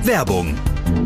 Werbung.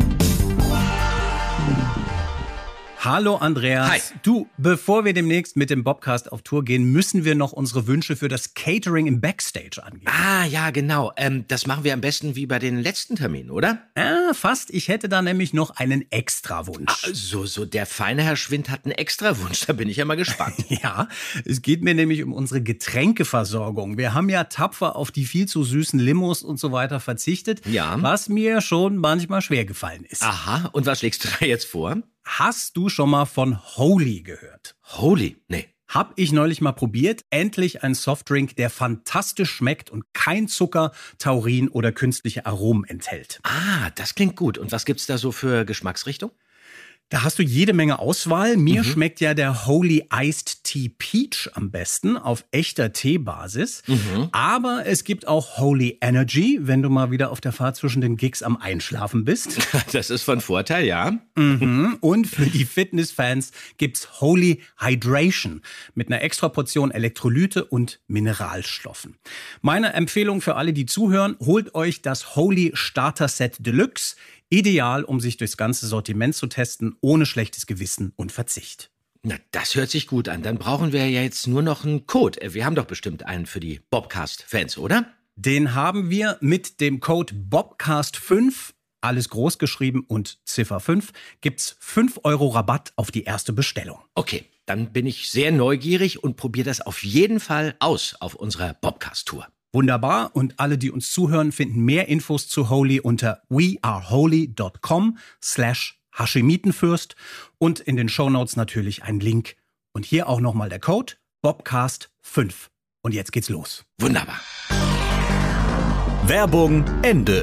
Hallo Andreas. Hi. Du, bevor wir demnächst mit dem Bobcast auf Tour gehen, müssen wir noch unsere Wünsche für das Catering im Backstage angeben. Ah, ja, genau. Das machen wir am besten wie bei den letzten Terminen, oder? Fast. Ich hätte da nämlich noch einen Extrawunsch. So, der feine Herr Schwind hat einen Extrawunsch. Da bin ich ja mal gespannt. Ja, es geht mir nämlich um unsere Getränkeversorgung. Wir haben ja tapfer auf die viel zu süßen Limos und so weiter verzichtet, Ja. was mir schon manchmal schwer gefallen ist. Aha, und was schlägst du da jetzt vor? Hast du schon mal von Holy gehört? Holy, nee. Hab ich neulich mal probiert. Endlich ein Softdrink, der fantastisch schmeckt und kein Zucker, Taurin oder künstliche Aromen enthält. Ah, das klingt gut. Und was gibt's da so für Geschmacksrichtung? Da hast du jede Menge Auswahl. Mir schmeckt ja der Holy Iced Tea Peach am besten auf echter Teebasis. Aber es gibt auch Holy Energy, wenn du mal wieder auf der Fahrt zwischen den Gigs am Einschlafen bist. Das ist von Vorteil, ja. Und für die Fitnessfans gibt's Holy Hydration mit einer extra Portion Elektrolyte und Mineralstoffen. Meine Empfehlung für alle, die zuhören, holt euch das Holy Starter Set Deluxe. Ideal, um sich durchs ganze Sortiment zu testen, ohne schlechtes Gewissen und Verzicht. Na, das hört sich gut an. Dann brauchen wir ja jetzt nur noch einen Code. Wir haben doch bestimmt einen für die Bobcast-Fans, oder? Den haben wir mit dem Code BOBCAST5, alles groß geschrieben und Ziffer 5, gibt's 5 € Rabatt auf die erste Bestellung. Okay, dann bin ich sehr neugierig und probiere das auf jeden Fall aus auf unserer Bobcast-Tour. Wunderbar. Und alle, die uns zuhören, finden mehr Infos zu Holy unter weareholy.com/Haschemitenfürst und in den Shownotes natürlich ein Link. Und hier auch nochmal der Code BOBCAST5. Und jetzt geht's los. Wunderbar. Werbung Ende.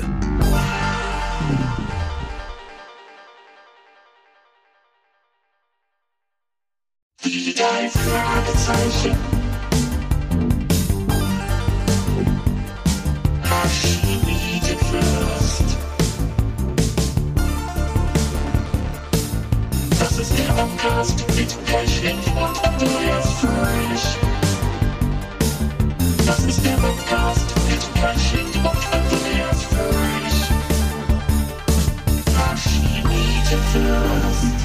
Die drei Fragezeichen. Haschemitenfürst. Das ist der Bobcast mit Pechling und Andreas Fröhlich. Das ist der Bobcast mit Pechling und Andreas Fröhlich. Haschemitenfürst.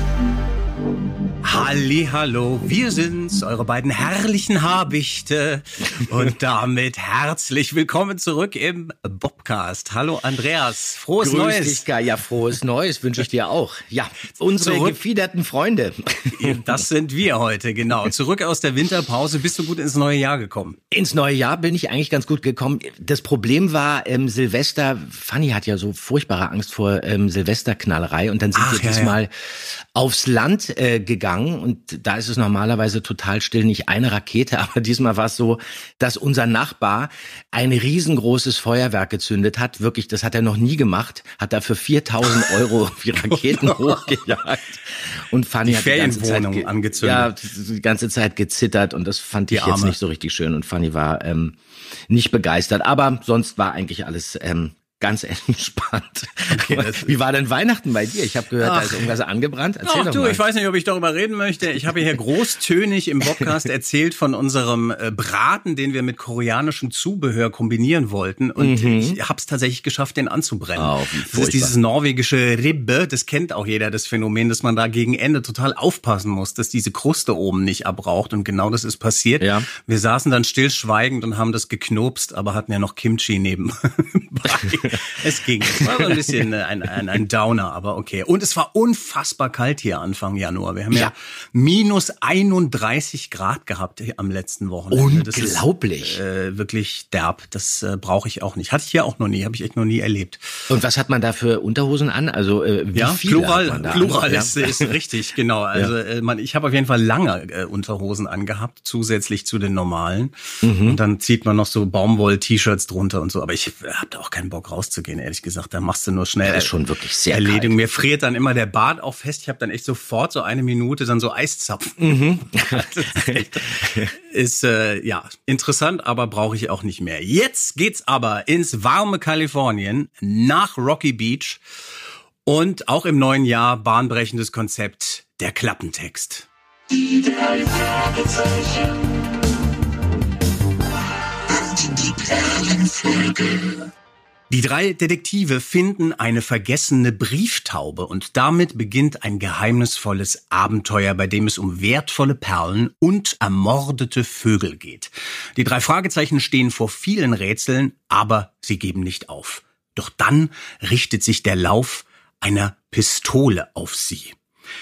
Hallihallo, wir sind's, eure beiden herrlichen Habichte. Und damit herzlich willkommen zurück im Bobcast. Hallo Andreas, frohes Grüß Neues. dich, Kai. Ja, frohes Neues wünsche ich dir auch. Ja, unsere Zurück. gefiederten Freunde. Das sind wir heute, genau. Zurück aus der Winterpause, bist du gut ins neue Jahr gekommen? Ins neue Jahr bin ich eigentlich ganz gut gekommen. Das Problem war, Silvester, Fanny hat ja so furchtbare Angst vor Silvesterknallerei und dann sind wir diesmal aufs Land gegangen und da ist es normalerweise total still, nicht eine Rakete, aber diesmal war es so, dass unser Nachbar ein riesengroßes Feuerwerk gezündet hat. Wirklich, das hat er noch nie gemacht, hat dafür 4.000 € die Raketen hochgejagt. Und Fanny hat die ganze Zeit angezündet. Ja, die ganze Zeit gezittert und das fand ich jetzt nicht so richtig schön und Fanny war nicht begeistert. Aber sonst war eigentlich alles ganz entspannt. Okay, wie war denn Weihnachten bei dir? Ich habe gehört, da ist irgendwas angebrannt. Erzähl doch mal. Ich weiß nicht, ob ich darüber reden möchte. Ich habe hier großtönig im Podcast erzählt von unserem Braten, den wir mit koreanischem Zubehör kombinieren wollten. Und ich habe es tatsächlich geschafft, den anzubrennen. Oh, das ist dieses norwegische Ribbe. Das kennt auch jeder, das Phänomen, dass man da gegen Ende total aufpassen muss, dass diese Kruste oben nicht abraucht. Und genau das ist passiert. Ja. Wir saßen dann stillschweigend und haben das geknopst, aber hatten ja noch Kimchi nebenbei. Es ging. Es war so ein bisschen ein Downer, aber okay. Und es war unfassbar kalt hier Anfang Januar. Wir haben ja minus 31 Grad gehabt am letzten Wochenende. Unglaublich. Das ist wirklich derb. Das brauche ich auch nicht. Hatte ich hier auch noch nie. Habe ich echt noch nie erlebt. Und was hat man da für Unterhosen an? Also wie viele Plural, hat man da Plural an? ist richtig, genau. Also ich habe auf jeden Fall lange Unterhosen angehabt, zusätzlich zu den normalen. Und dann zieht man noch so Baumwoll-T-Shirts drunter und so. Aber ich habe da auch keinen Bock rauszugehen, ehrlich gesagt. Da machst du nur schnell Das ist schon wirklich sehr Erledigung. kalt. Mir friert dann immer der Bart auch fest. Ich habe dann echt sofort so eine Minute dann so Eiszapfen. Ist interessant, aber brauche ich auch nicht mehr. Jetzt geht's aber ins warme Kalifornien nach Rocky Beach und auch im neuen Jahr bahnbrechendes Konzept, der Klappentext. Die drei Fragezeichen. Und die Perlenvögel. Die 3 Detektive finden eine vergessene Brieftaube und damit beginnt ein geheimnisvolles Abenteuer, bei dem es um wertvolle Perlen und ermordete Vögel geht. Die 3 Fragezeichen stehen vor vielen Rätseln, aber sie geben nicht auf. Doch dann richtet sich der Lauf einer Pistole auf sie.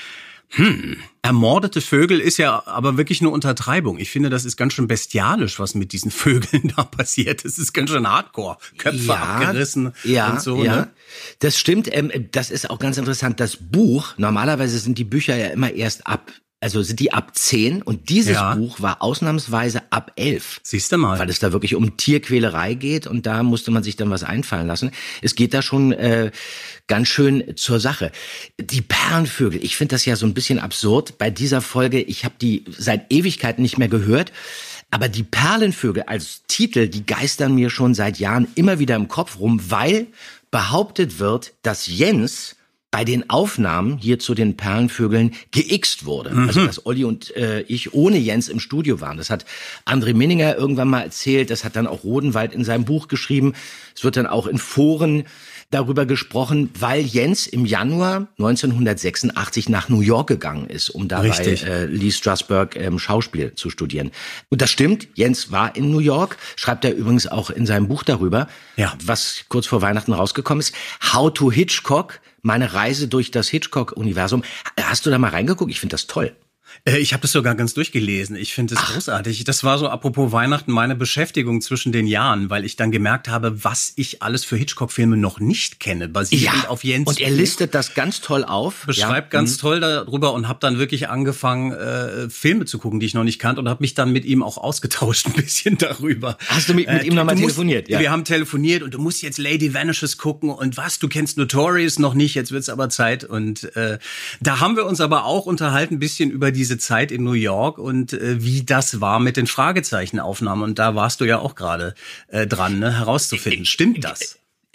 Ermordete Vögel ist ja aber wirklich eine Untertreibung. Ich finde, das ist ganz schön bestialisch, was mit diesen Vögeln da passiert. Das ist ganz schön hardcore. Köpfe abgerissen und so. Ja, ne? Das stimmt. Das ist auch ganz interessant. Das Buch, normalerweise sind die Bücher ja immer erst sind die ab 10 und dieses Buch war ausnahmsweise ab 11. Siehst du mal. Weil es da wirklich um Tierquälerei geht und da musste man sich dann was einfallen lassen. Es geht da schon ganz schön zur Sache. Die Perlenvögel, ich finde das ja so ein bisschen absurd bei dieser Folge. Ich habe die seit Ewigkeiten nicht mehr gehört. Aber die Perlenvögel als Titel, die geistern mir schon seit Jahren immer wieder im Kopf rum, weil behauptet wird, dass Jens bei den Aufnahmen hier zu den Perlenvögeln geixt wurde. Also, dass Olli und ich ohne Jens im Studio waren. Das hat André Minninger irgendwann mal erzählt. Das hat dann auch Rodenwald in seinem Buch geschrieben. Es wird dann auch in Foren darüber gesprochen, weil Jens im Januar 1986 nach New York gegangen ist, um da bei Lee Strasberg Schauspiel zu studieren. Und das stimmt, Jens war in New York, schreibt er übrigens auch in seinem Buch darüber, was kurz vor Weihnachten rausgekommen ist. How to Hitchcock, meine Reise durch das Hitchcock-Universum. Hast du da mal reingeguckt? Ich finde das toll. Ich habe das sogar ganz durchgelesen. Ich finde es großartig. Das war so, apropos Weihnachten, meine Beschäftigung zwischen den Jahren, weil ich dann gemerkt habe, was ich alles für Hitchcock-Filme noch nicht kenne, basierend auf Jens. Und er listet das ganz toll auf. Beschreibt ganz toll darüber und habe dann wirklich angefangen, Filme zu gucken, die ich noch nicht kannte und habe mich dann mit ihm auch ausgetauscht ein bisschen darüber. Hast du mit ihm nochmal telefoniert? Ja. Wir haben telefoniert und du musst jetzt Lady Vanishes gucken und was, du kennst Notorious noch nicht, jetzt wird's aber Zeit. Und da haben wir uns aber auch unterhalten ein bisschen über diese Zeit in New York und wie das war mit den Fragezeichenaufnahmen. Und da warst du ja auch gerade dran, ne, herauszufinden. Stimmt das?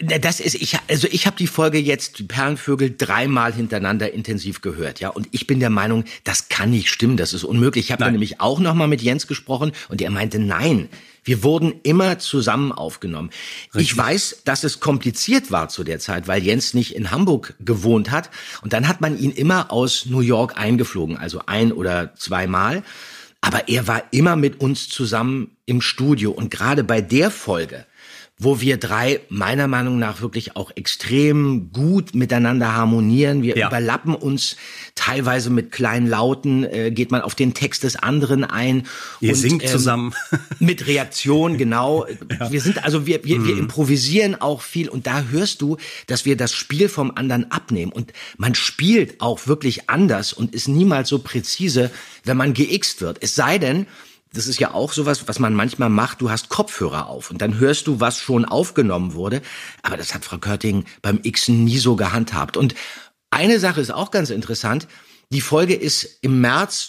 Ich habe die Folge jetzt, die Perlenvögel, 3-mal hintereinander intensiv gehört, ja. Und ich bin der Meinung, das kann nicht stimmen, das ist unmöglich. Ich habe dann nämlich auch nochmal mit Jens gesprochen und er meinte, nein, wir wurden immer zusammen aufgenommen. Richtig. Ich weiß, dass es kompliziert war zu der Zeit, weil Jens nicht in Hamburg gewohnt hat. Und dann hat man ihn immer aus New York eingeflogen, also 1 oder 2 Mal. Aber er war immer mit uns zusammen im Studio. Und gerade bei der Folge, wo wir 3 meiner Meinung nach wirklich auch extrem gut miteinander harmonieren. Wir überlappen uns teilweise mit kleinen Lauten, geht man auf den Text des anderen ein. Ihr singt zusammen. Mit Reaktion, genau. Ja. Wir improvisieren auch viel und da hörst du, dass wir das Spiel vom anderen abnehmen und man spielt auch wirklich anders und ist niemals so präzise, wenn man geixt wird. Es sei denn, das ist ja auch sowas, was man manchmal macht. Du hast Kopfhörer auf und dann hörst du, was schon aufgenommen wurde. Aber das hat Frau Körting beim Xen nie so gehandhabt. Und eine Sache ist auch ganz interessant. Die Folge ist im März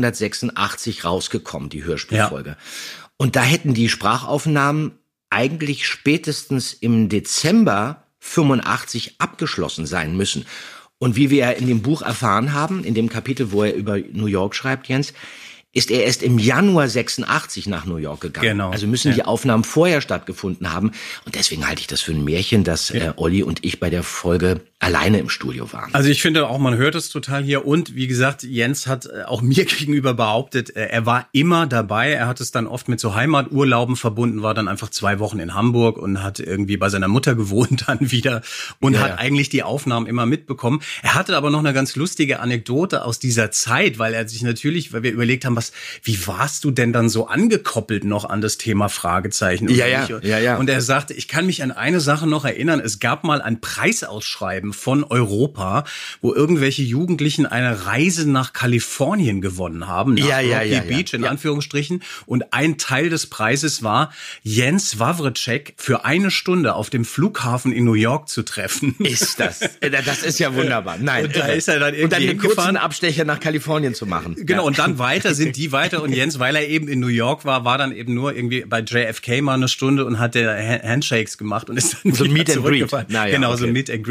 1986 rausgekommen, die Hörspielfolge. Ja. Und da hätten die Sprachaufnahmen eigentlich spätestens im Dezember 85 abgeschlossen sein müssen. Und wie wir ja in dem Buch erfahren haben, in dem Kapitel, wo er über New York schreibt, Jens, ist er erst im Januar 86 nach New York gegangen. Genau. Also müssen die Aufnahmen vorher stattgefunden haben. Und deswegen halte ich das für ein Märchen, dass Olli und ich bei der Folge alleine im Studio waren. Also ich finde auch, man hört es total hier. Und wie gesagt, Jens hat auch mir gegenüber behauptet, er war immer dabei. Er hat es dann oft mit so Heimaturlauben verbunden, war dann einfach 2 Wochen in Hamburg und hat irgendwie bei seiner Mutter gewohnt dann wieder und hat eigentlich die Aufnahmen immer mitbekommen. Er hatte aber noch eine ganz lustige Anekdote aus dieser Zeit, weil er sich natürlich, weil wir überlegt haben, wie warst du denn dann so angekoppelt noch an das Thema Fragezeichen? Ja. Und er sagte, ich kann mich an eine Sache noch erinnern, es gab mal ein Preisausschreiben von Europa, wo irgendwelche Jugendlichen eine Reise nach Kalifornien gewonnen haben, nach Rocky Beach in Anführungsstrichen. Und ein Teil des Preises war, Jens Wawrcek für 1 Stunde auf dem Flughafen in New York zu treffen. Ist das? Das ist ja wunderbar. Nein. Und da ist er dann irgendwie und dann einen kurzen Abstecher nach Kalifornien zu machen. Genau, und dann sind die weiter und Jens, weil er eben in New York war dann eben nur irgendwie bei JFK mal 1 Stunde und hat Handshakes gemacht und ist dann so wieder Meet and zurückgefahren. Greet. Genau, so Meet and Greet. Da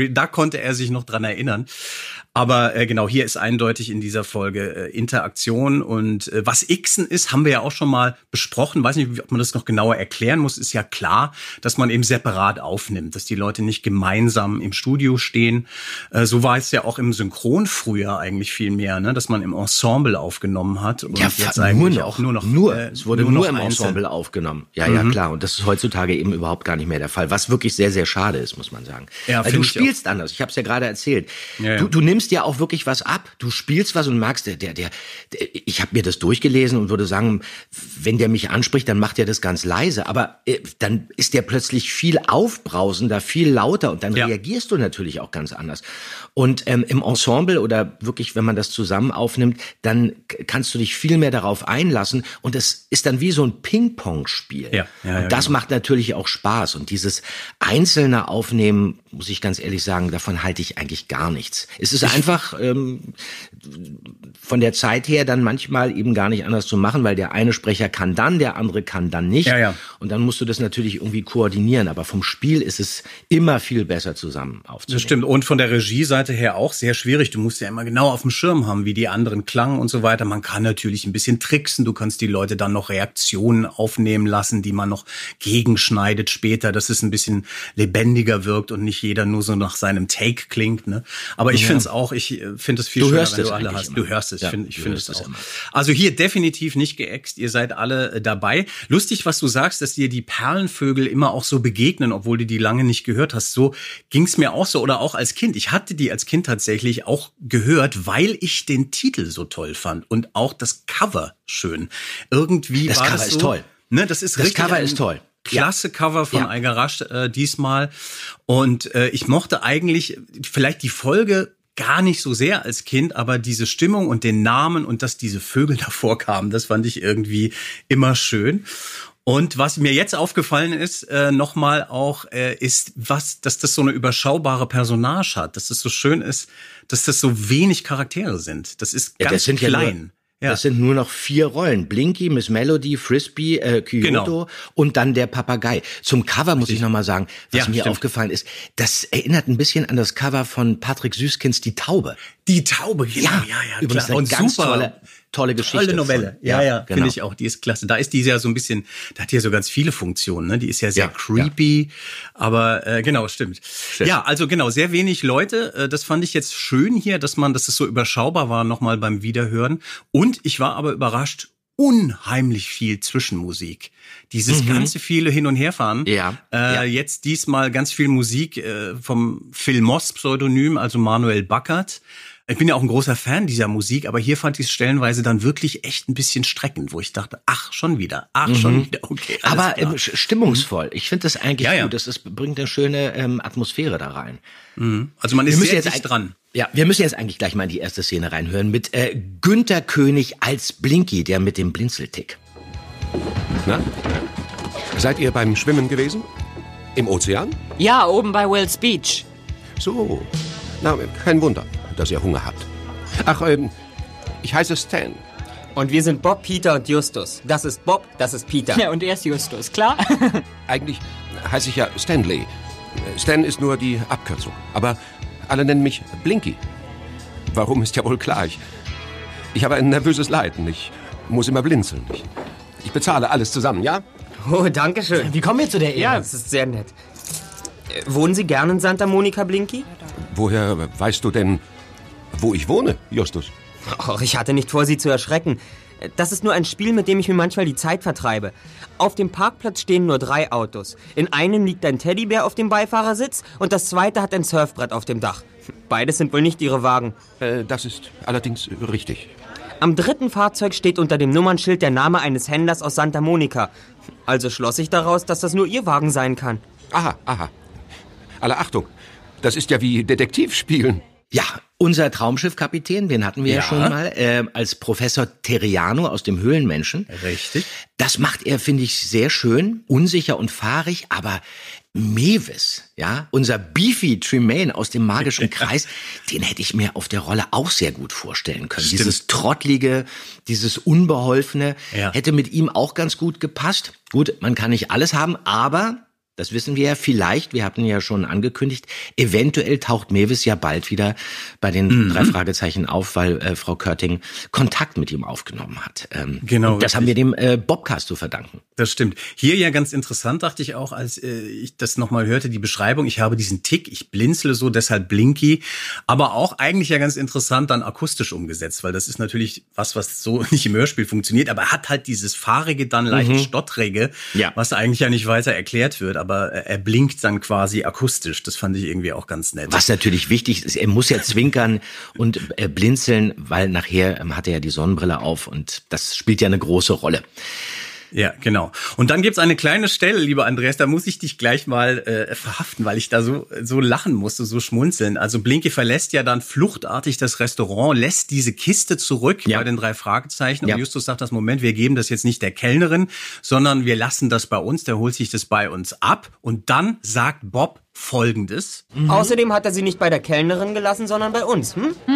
konnte er sich noch dran erinnern. Aber genau, hier ist eindeutig in dieser Folge Interaktion. Und was Xen ist, haben wir ja auch schon mal besprochen. Weiß nicht, ob man das noch genauer erklären muss. Ist ja klar, dass man eben separat aufnimmt, dass die Leute nicht gemeinsam im Studio stehen. So war es ja auch im Synchron früher eigentlich viel mehr, ne? Dass man im Ensemble aufgenommen hat. Und ja, jetzt eigentlich auch nur noch. Es wurde nur im Ensemble aufgenommen. Ja, ja, klar. Und das ist heutzutage eben überhaupt gar nicht mehr der Fall. Was wirklich sehr, sehr schade ist, muss man sagen. Ja, weil du spielst anders. Ich habe es ja gerade erzählt. Ja, ja. Du nimmst ja auch wirklich was ab. Du spielst was und merkst, ich habe mir das durchgelesen und würde sagen, wenn der mich anspricht, dann macht er das ganz leise. Aber dann ist der plötzlich viel aufbrausender, viel lauter und dann reagierst du natürlich auch ganz anders. Und im Ensemble oder wirklich, wenn man das zusammen aufnimmt, dann kannst du dich viel mehr darauf einlassen und es ist dann wie so ein Ping-Pong-Spiel. Ja, und das macht natürlich auch Spaß. Und dieses einzelne Aufnehmen, muss ich ganz ehrlich sagen, davon halte ich eigentlich gar nichts. Es ist einfach von der Zeit her dann manchmal eben gar nicht anders zu machen, weil der eine Sprecher kann dann, der andere kann dann nicht. Ja, ja. Und dann musst du das natürlich irgendwie koordinieren. Aber vom Spiel ist es immer viel besser zusammen aufzunehmen. Das stimmt. Und von der Regieseite her auch sehr schwierig. Du musst ja immer genau auf dem Schirm haben, wie die anderen klangen und so weiter. Man kann natürlich ein bisschen tricksen. Du kannst die Leute dann noch Reaktionen aufnehmen lassen, die man noch gegenschneidet später, dass es ein bisschen lebendiger wirkt und nicht jeder nur so nach seinem Take klingt. Ne? Aber ich finde es auch, ich finde es viel schöner, wenn du alle hast. Du hörst es, ich finde es auch. Immer. Also hier definitiv nicht geäxt, ihr seid alle dabei. Lustig, was du sagst, dass dir die Perlenvögel immer auch so begegnen, obwohl du die lange nicht gehört hast. So ging's mir auch so oder auch als Kind. Ich hatte die als Kind tatsächlich auch gehört, weil ich den Titel so toll fand und auch das Cover schön. Irgendwie das war Cover das ist so, toll. Ne, das Cover ist toll. Klasse Cover von Algarasch diesmal. Und ich mochte eigentlich vielleicht die Folge gar nicht so sehr als Kind, aber diese Stimmung und den Namen und dass diese Vögel davor kamen, das fand ich irgendwie immer schön. Und was mir jetzt aufgefallen ist, nochmal auch, ist, dass das so eine überschaubare Personage hat, dass das so schön ist, dass das so wenig Charaktere sind. Das ist ganz klein. Ja. Das sind nur noch 4 Rollen. Blinky, Miss Melody, Frisbee, Kyoto und dann der Papagei. Zum Cover muss ich nochmal sagen, was mir aufgefallen ist, das erinnert ein bisschen an das Cover von Patrick Süßkinds Die Taube. Die Taube, genau. Ja, übrigens eine ganz tolle Geschichte. Tolle Novelle. Genau. Finde ich auch. Die ist klasse. Da ist die ja so ein bisschen, da hat die ja so ganz viele Funktionen, ne? Die ist ja sehr creepy, aber genau, stimmt. Ja, also genau, sehr wenig Leute. Das fand ich jetzt schön hier, dass es so überschaubar war nochmal beim Wiederhören. Und ich war aber überrascht, unheimlich viel Zwischenmusik. Dieses ganze viele Hin- und Herfahren. Jetzt diesmal ganz viel Musik vom Phil Moss Pseudonym, also Manuel Backert. Ich bin ja auch ein großer Fan dieser Musik, aber hier fand ich es stellenweise dann wirklich echt ein bisschen streckend, wo ich dachte, schon wieder, okay. Aber stimmungsvoll. Ich finde das eigentlich gut. Das bringt eine schöne Atmosphäre da rein. Also man ist sehr dicht dran. Ja, wir müssen jetzt eigentlich gleich mal in die erste Szene reinhören mit Günther König als Blinky, der mit dem Blinzeltick. Na, seid ihr beim Schwimmen gewesen? Im Ozean? Ja, oben bei Wells Beach. So, na, kein Wunder, dass ihr Hunger habt. Ach, ich heiße Stan. Und wir sind Bob, Peter und Justus. Das ist Bob, das ist Peter. Ja, und er ist Justus, klar? Eigentlich heiße ich ja Stanley. Stan ist nur die Abkürzung. Aber alle nennen mich Blinky. Warum, ist ja wohl klar. Ich habe ein nervöses Leiden. Ich muss immer blinzeln. Ich bezahle alles zusammen, ja? Oh, danke schön. Wie kommen wir zu der Ehre? Ja, das ist sehr nett. Wohnen Sie gern in Santa Monica, Blinky? Woher weißt du denn, wo ich wohne, Justus? Och, ich hatte nicht vor, Sie zu erschrecken. Das ist nur ein Spiel, mit dem ich mir manchmal die Zeit vertreibe. Auf dem Parkplatz stehen nur 3 Autos. In einem liegt ein Teddybär auf dem Beifahrersitz und das zweite hat ein Surfbrett auf dem Dach. Beides sind wohl nicht Ihre Wagen. Das ist allerdings richtig. Am 3. Fahrzeug steht unter dem Nummernschild der Name eines Händlers aus Santa Monica. Also schloss ich daraus, dass das nur Ihr Wagen sein kann. Aha. Alle Achtung, das ist ja wie Detektivspielen. Ja, unser Traumschiffkapitän, den hatten wir ja schon mal, als Professor Terriano aus dem Höhlenmenschen. Richtig. Das macht er, finde ich, sehr schön, unsicher und fahrig, aber Mewis, ja, unser Beefy Tremaine aus dem magischen Kreis, den hätte ich mir auf der Rolle auch sehr gut vorstellen können. Stimmt. Dieses Trottlige, dieses Unbeholfene, hätte mit ihm auch ganz gut gepasst. Gut, man kann nicht alles haben, aber Das wissen wir ja vielleicht, wir hatten ja schon angekündigt, eventuell taucht Mewis ja bald wieder bei den 3 Fragezeichen auf, weil Frau Körting Kontakt mit ihm aufgenommen hat. Genau. Und das haben wir dem Bobcast zu verdanken. Das stimmt. Hier ja ganz interessant, dachte ich auch, als ich das nochmal hörte, die Beschreibung. Ich habe diesen Tick, ich blinzle so, deshalb Blinky. Aber auch eigentlich ja ganz interessant dann akustisch umgesetzt, weil das ist natürlich was so nicht im Hörspiel funktioniert. Aber er hat halt dieses fahrige, dann leicht stottrige, was eigentlich ja nicht weiter erklärt wird. Aber er blinkt dann quasi akustisch. Das fand ich irgendwie auch ganz nett. Was natürlich wichtig ist, er muss ja zwinkern und blinzeln, weil nachher hat er ja die Sonnenbrille auf und das spielt ja eine große Rolle. Ja, genau. Und dann gibt's eine kleine Stelle, lieber Andreas, da muss ich dich gleich mal verhaften, weil ich da so lachen musste, so schmunzeln. Also Blinky verlässt ja dann fluchtartig das Restaurant, lässt diese Kiste zurück bei den 3 Fragezeichen. Und Justus sagt, Moment, wir geben das jetzt nicht der Kellnerin, sondern wir lassen das bei uns, der holt sich das bei uns ab. Und dann sagt Bob Folgendes. Außerdem hat er sie nicht bei der Kellnerin gelassen, sondern bei uns.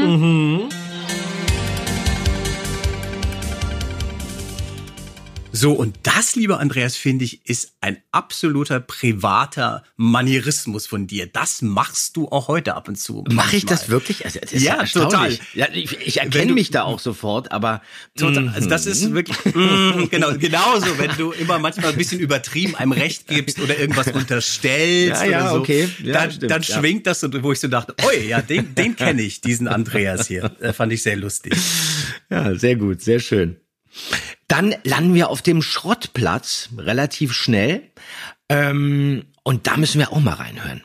So, und das, lieber Andreas, finde ich, ist ein absoluter privater Manierismus von dir. Das machst du auch heute ab und zu. Mache ich das wirklich? Also, das ist ja, total. Ja, ich erkenne mich da auch sofort, aber... Total. Also das ist wirklich... genauso, wenn du immer manchmal ein bisschen übertrieben einem Recht gibst oder irgendwas unterstellst oder so. Okay. Ja, dann schwingt das, so, wo ich so dachte, den kenne ich, diesen Andreas hier. Fand ich sehr lustig. Ja, sehr gut, sehr schön. Dann landen wir auf dem Schrottplatz relativ schnell. Und da müssen wir auch mal reinhören.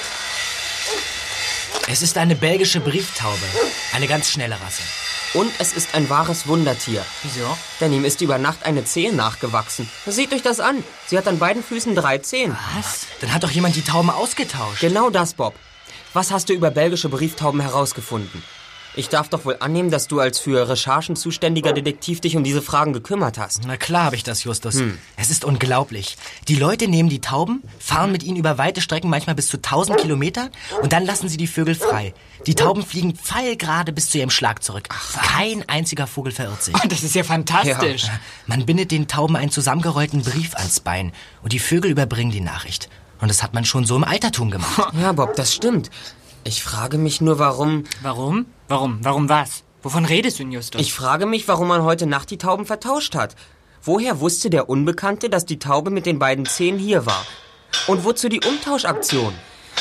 Es ist eine belgische Brieftaube. Eine ganz schnelle Rasse. Und es ist ein wahres Wundertier. Wieso? Denn ihm ist über Nacht eine Zehe nachgewachsen. Seht euch das an. Sie hat an beiden Füßen 3 Zehen. Was? Dann hat doch jemand die Tauben ausgetauscht. Genau das, Bob. Was hast du über belgische Brieftauben herausgefunden? Ich darf doch wohl annehmen, dass du als für Recherchen zuständiger Detektiv dich um diese Fragen gekümmert hast. Na klar habe ich das, Justus. Es ist unglaublich. Die Leute nehmen die Tauben, fahren mit ihnen über weite Strecken, manchmal bis zu 1000 Kilometern, und dann lassen sie die Vögel frei. Die Tauben fliegen pfeilgerade bis zu ihrem Schlag zurück. Kein einziger Vogel verirrt sich. Oh, das ist ja fantastisch. Ja. Man bindet den Tauben einen zusammengerollten Brief ans Bein und die Vögel überbringen die Nachricht. Und das hat man schon so im Altertum gemacht. Ja, Bob, das stimmt. Ich frage mich nur, warum... Warum? Warum was? Wovon redest du, Justus? Ich frage mich, warum man heute Nacht die Tauben vertauscht hat. Woher wusste der Unbekannte, dass die Taube mit den beiden Zehen hier war? Und wozu die Umtauschaktion?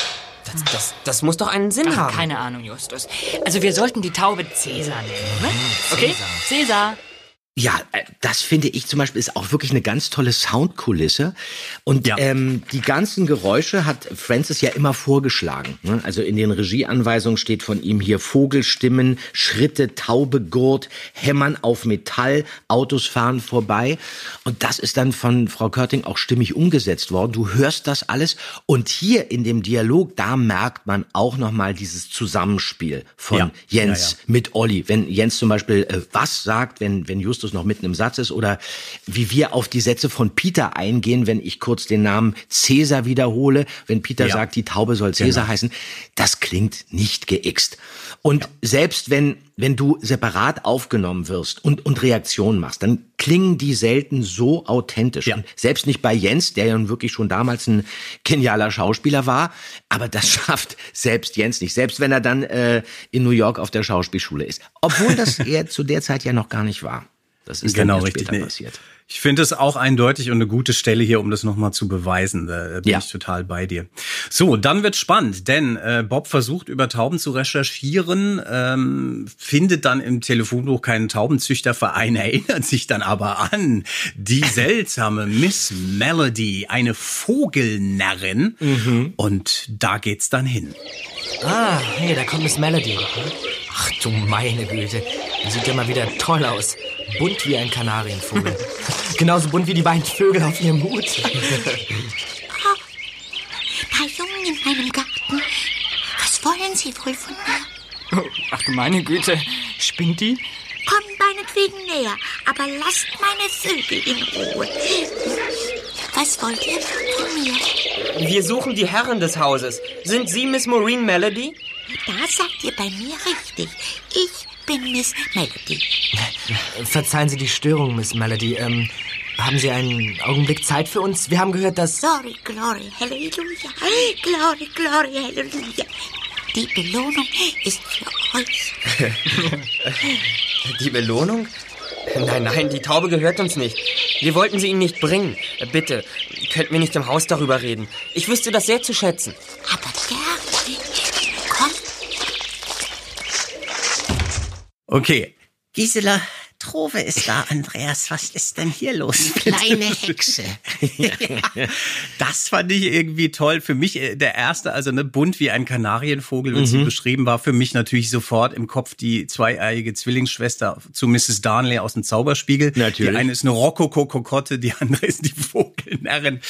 Das muss doch einen Sinn haben. Keine Ahnung, Justus. Also wir sollten die Taube Cäsar nennen, ne? Okay? Cäsar. Ja, das finde ich zum Beispiel ist auch wirklich eine ganz tolle Soundkulisse. Und die ganzen Geräusche hat Francis ja immer vorgeschlagen. Ne? Also in den Regieanweisungen steht von ihm hier Vogelstimmen, Schritte, Taube, Gurt, Hämmern auf Metall, Autos fahren vorbei. Und das ist dann von Frau Körting auch stimmig umgesetzt worden. Du hörst das alles. Und hier in dem Dialog, da merkt man auch nochmal dieses Zusammenspiel von Jens mit Olli. Wenn Jens zum Beispiel was sagt, wenn Justus noch mitten im Satz ist, oder wie wir auf die Sätze von Peter eingehen, wenn ich kurz den Namen Cäsar wiederhole, wenn Peter sagt, die Taube soll Cäsar heißen, das klingt nicht geixt. Und selbst wenn du separat aufgenommen wirst und Reaktionen machst, dann klingen die selten so authentisch. Und selbst nicht bei Jens, der ja nun wirklich schon damals ein genialer Schauspieler war, aber das schafft selbst Jens nicht. Selbst wenn er dann in New York auf der Schauspielschule ist. Obwohl das er zu der Zeit ja noch gar nicht war. Das ist genau dann richtig später passiert. Ich finde es auch eindeutig und eine gute Stelle hier, um das nochmal zu beweisen. Da bin ich total bei dir. So, dann wird's spannend, denn Bob versucht über Tauben zu recherchieren, findet dann im Telefonbuch keinen Taubenzüchterverein, erinnert sich dann aber an die seltsame Miss Melody, eine Vogelnärrin. Und da geht's dann hin. Ah, hey, da kommt Miss Melody. Ach du meine Güte, die sieht ja mal wieder toll aus. Bunt wie ein Kanarienvogel. Genauso bunt wie die beiden Vögel auf ihrem Hut. Oh, paar Jungen in meinem Garten. Was wollen sie wohl von mir? Oh, ach du meine Güte, spinnt die? Kommt meinetwegen näher, aber lasst meine Vögel in Ruhe. Was wollt ihr von mir? Wir suchen die Herrin des Hauses. Sind Sie Miss Maureen Melody? Da seid ihr bei mir richtig. Ich bin Miss Melody. Verzeihen Sie die Störung, Miss Melody. Haben Sie einen Augenblick Zeit für uns? Wir haben gehört, dass... Glory, glory, Halleluja. Glory, glory, Halleluja. Die Belohnung ist für euch. Die Belohnung? Nein, die Taube gehört uns nicht. Wir wollten sie Ihnen nicht bringen. Bitte, könnten wir nicht im Haus darüber reden? Ich wüsste das sehr zu schätzen. Aber gerne. Komm. Okay. Gisela Trove ist da, Andreas. Was ist denn hier los? Kleine Hexe. Das fand ich irgendwie toll. Für mich der erste, also bunt wie ein Kanarienvogel, wenn sie beschrieben war, für mich natürlich sofort im Kopf die zweieiige Zwillingsschwester zu Mrs. Darnley aus dem Zauberspiegel. Natürlich. Die eine ist eine Rokoko-Kokotte, die andere ist die Vogelnärrin.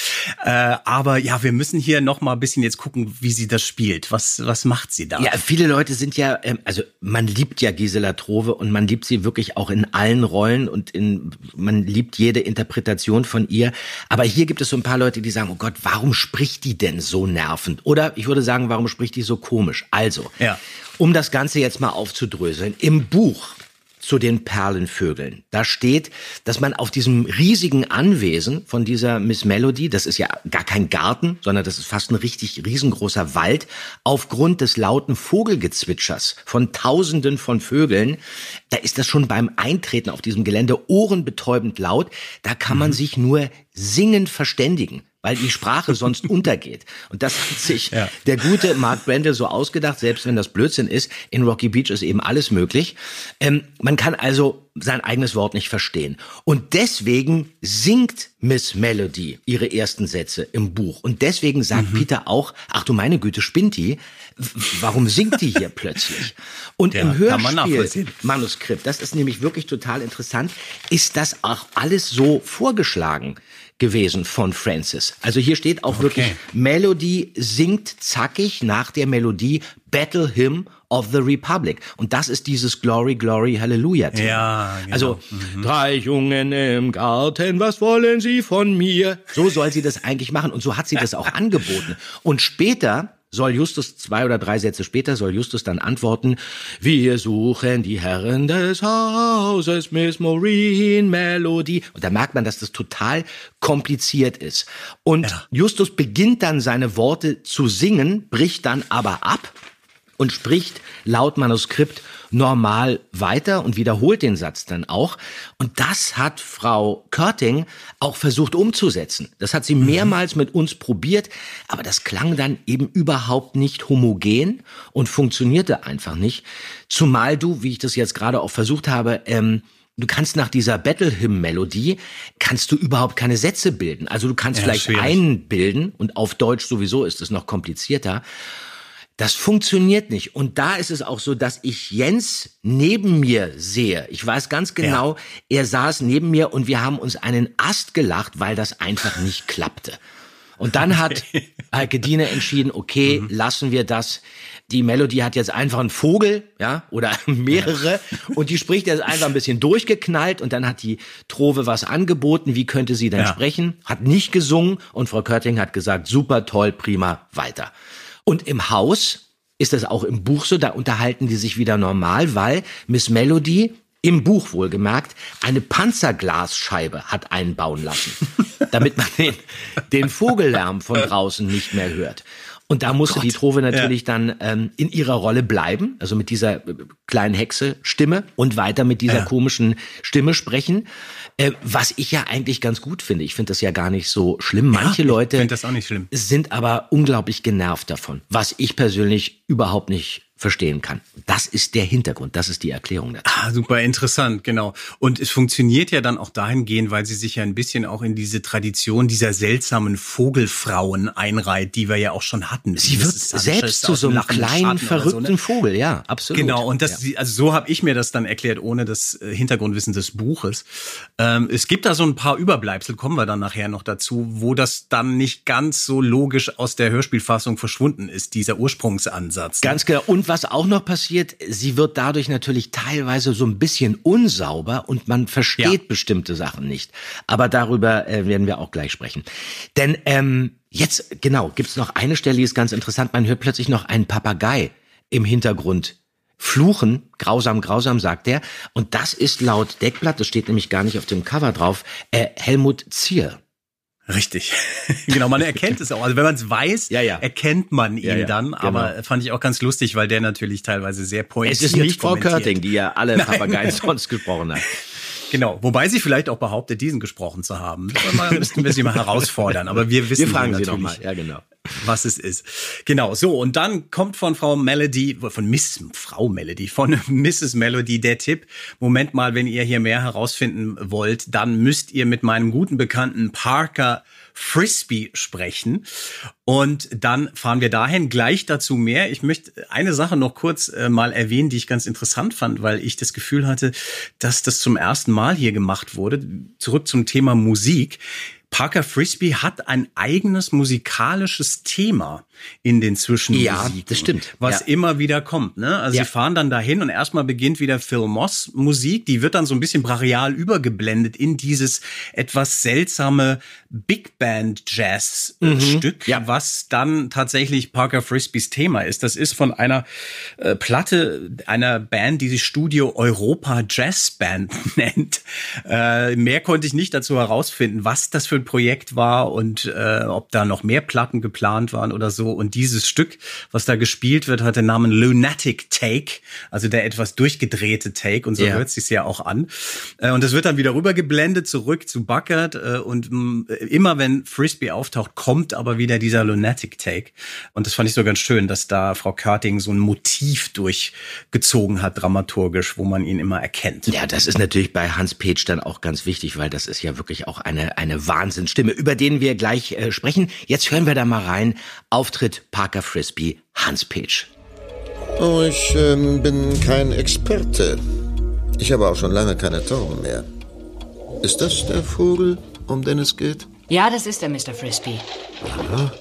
Aber ja, wir müssen hier noch mal ein bisschen jetzt gucken, wie sie das spielt. Was macht sie da? Ja, viele Leute sind ja, also man liebt ja Gisela Trove und man liebt sie wirklich auch in allen Rollen und man liebt jede Interpretation von ihr. Aber hier gibt es so ein paar Leute, die sagen, oh Gott, warum spricht die denn so nervend? Oder ich würde sagen, warum spricht die so komisch? Also, um das Ganze jetzt mal aufzudröseln, im Buch zu den Perlenvögeln. Da steht, dass man auf diesem riesigen Anwesen von dieser Miss Melody, das ist ja gar kein Garten, sondern das ist fast ein richtig riesengroßer Wald, aufgrund des lauten Vogelgezwitschers von Tausenden von Vögeln, da ist das schon beim Eintreten auf diesem Gelände ohrenbetäubend laut. Da kann man sich nur singend verständigen, weil die Sprache sonst untergeht. Und das hat sich der gute Mark Brendel so ausgedacht, selbst wenn das Blödsinn ist. In Rocky Beach ist eben alles möglich. Man kann also sein eigenes Wort nicht verstehen. Und deswegen singt Miss Melody ihre ersten Sätze im Buch. Und deswegen sagt Peter auch, ach du meine Güte, spinnt die? Warum singt die hier plötzlich? Und im Hörspiel-Manuskript, das ist nämlich wirklich total interessant, ist das auch alles so vorgeschlagen gewesen von Francis. Also hier steht auch wirklich, Melody singt zackig nach der Melodie Battle Hymn of the Republic. Und das ist dieses Glory, Glory, Hallelujah. Ja, genau. Also, 3 Jungen im Garten, was wollen Sie von mir? So soll sie das eigentlich machen. Und so hat sie das auch angeboten. Und später soll Justus, 2 oder 3 Sätze später, soll Justus dann antworten, wir suchen die Herren des Hauses, Miss Maureen Melody. Und da merkt man, dass das total kompliziert ist. Und Justus beginnt dann seine Worte zu singen, bricht dann aber ab und spricht laut Manuskript normal weiter und wiederholt den Satz dann auch. Und das hat Frau Körting auch versucht umzusetzen. Das hat sie mehrmals mit uns probiert, aber das klang dann eben überhaupt nicht homogen und funktionierte einfach nicht. Zumal du, wie ich das jetzt gerade auch versucht habe, du kannst nach dieser Battle-Hymn-Melodie, kannst du überhaupt keine Sätze bilden. Also du kannst vielleicht einen bilden und auf Deutsch sowieso ist es noch komplizierter. Das funktioniert nicht. Und da ist es auch so, dass ich Jens neben mir sehe. Ich weiß ganz genau, er saß neben mir und wir haben uns einen Ast gelacht, weil das einfach nicht klappte. Und dann hat Heike Diene entschieden, okay, lassen wir das. Die Melody hat jetzt einfach einen Vogel, oder mehrere. Und die spricht jetzt einfach ein bisschen durchgeknallt. Und dann hat die Trove was angeboten. Wie könnte sie denn sprechen? Hat nicht gesungen. Und Frau Körting hat gesagt, super, toll, prima, weiter. Und im Haus ist das auch im Buch so, da unterhalten die sich wieder normal, weil Miss Melody, im Buch wohlgemerkt, eine Panzerglasscheibe hat einbauen lassen, damit man den Vogellärm von draußen nicht mehr hört. Und da musste die Trove natürlich dann in ihrer Rolle bleiben, also mit dieser kleinen Hexe-Stimme und weiter mit dieser komischen Stimme sprechen, was ich ja eigentlich ganz gut finde. Ich finde das ja gar nicht so schlimm. Manche Leute finde das auch nicht schlimm. Sind aber unglaublich genervt davon, was ich persönlich überhaupt nicht verstehen kann. Das ist der Hintergrund, das ist die Erklärung dazu. Super interessant, genau. Und es funktioniert ja dann auch dahingehend, weil sie sich ja ein bisschen auch in diese Tradition dieser seltsamen Vogelfrauen einreiht, die wir ja auch schon hatten. Sie wird selbst zu so einem kleinen, verrückten Vogel, ja, absolut. Genau, und das, also so habe ich mir das dann erklärt, ohne das Hintergrundwissen des Buches. Es gibt da so ein paar Überbleibsel, kommen wir dann nachher noch dazu, wo das dann nicht ganz so logisch aus der Hörspielfassung verschwunden ist, dieser Ursprungsansatz. Ganz genau. Und was auch noch passiert, sie wird dadurch natürlich teilweise so ein bisschen unsauber und man versteht bestimmte Sachen nicht. Aber darüber werden wir auch gleich sprechen. Denn jetzt, genau, gibt's noch eine Stelle, die ist ganz interessant. Man hört plötzlich noch einen Papagei im Hintergrund Fluchen, grausam, grausam, sagt er. Und das ist laut Deckblatt, das steht nämlich gar nicht auf dem Cover drauf, Helmut Zier. Richtig. Genau, man erkennt es auch. Also wenn man es weiß, erkennt man ihn dann. Aber genau. Fand ich auch ganz lustig, weil der natürlich teilweise sehr pointiert Es ist nicht Frau Körting, die ja alle Papageien sonst gesprochen hat. Genau, wobei sie vielleicht auch behauptet, diesen gesprochen zu haben. Da müssten wir sie mal herausfordern. Aber wir wissen fragen natürlich, sie noch mal. Ja, genau. Was es ist. Genau, so. Und dann kommt von Frau Melody, von Mrs. Melody der Tipp, Moment mal, wenn ihr hier mehr herausfinden wollt, dann müsst ihr mit meinem guten Bekannten Parker Frisbie sprechen. Und dann fahren wir dahin, gleich dazu mehr. Ich möchte eine Sache noch kurz mal erwähnen, die ich ganz interessant fand, weil ich das Gefühl hatte, dass das zum ersten Mal hier gemacht wurde. Zurück zum Thema Musik. Parker Frisbie hat ein eigenes musikalisches Thema in den Zwischenmusiken. Ja, das stimmt. Was immer wieder kommt, ne? Also sie fahren dann dahin und erstmal beginnt wieder Phil Moss Musik. Die wird dann so ein bisschen brachial übergeblendet in dieses etwas seltsame Big Band Jazz Stück, was dann tatsächlich Parker Frisbies Thema ist. Das ist von einer Platte einer Band, die sich Studio Europa Jazz Band nennt. Mehr konnte ich nicht dazu herausfinden, was das für ein Projekt war und ob da noch mehr Platten geplant waren oder so. Und dieses Stück, was da gespielt wird, hat den Namen Lunatic Take, also der etwas durchgedrehte Take. Und so hört es sich ja auch an. Und das wird dann wieder rübergeblendet, zurück zu Bucket. Und immer wenn Frisbie auftaucht, kommt aber wieder dieser Lunatic Take. Und das fand ich so ganz schön, dass da Frau Körting so ein Motiv durchgezogen hat, dramaturgisch, wo man ihn immer erkennt. Ja, das ist natürlich bei Hans Petsch dann auch ganz wichtig, weil das ist ja wirklich auch eine Wahnsinnsstimme, über den wir gleich sprechen. Jetzt hören wir da mal rein. Auftritt Parker Frisbie, Hans Petsch. Oh, ich bin kein Experte. Ich habe auch schon lange keine Tauben mehr. Ist das der Vogel, um den es geht? Ja, das ist er, Mr. Frisbie. Aha.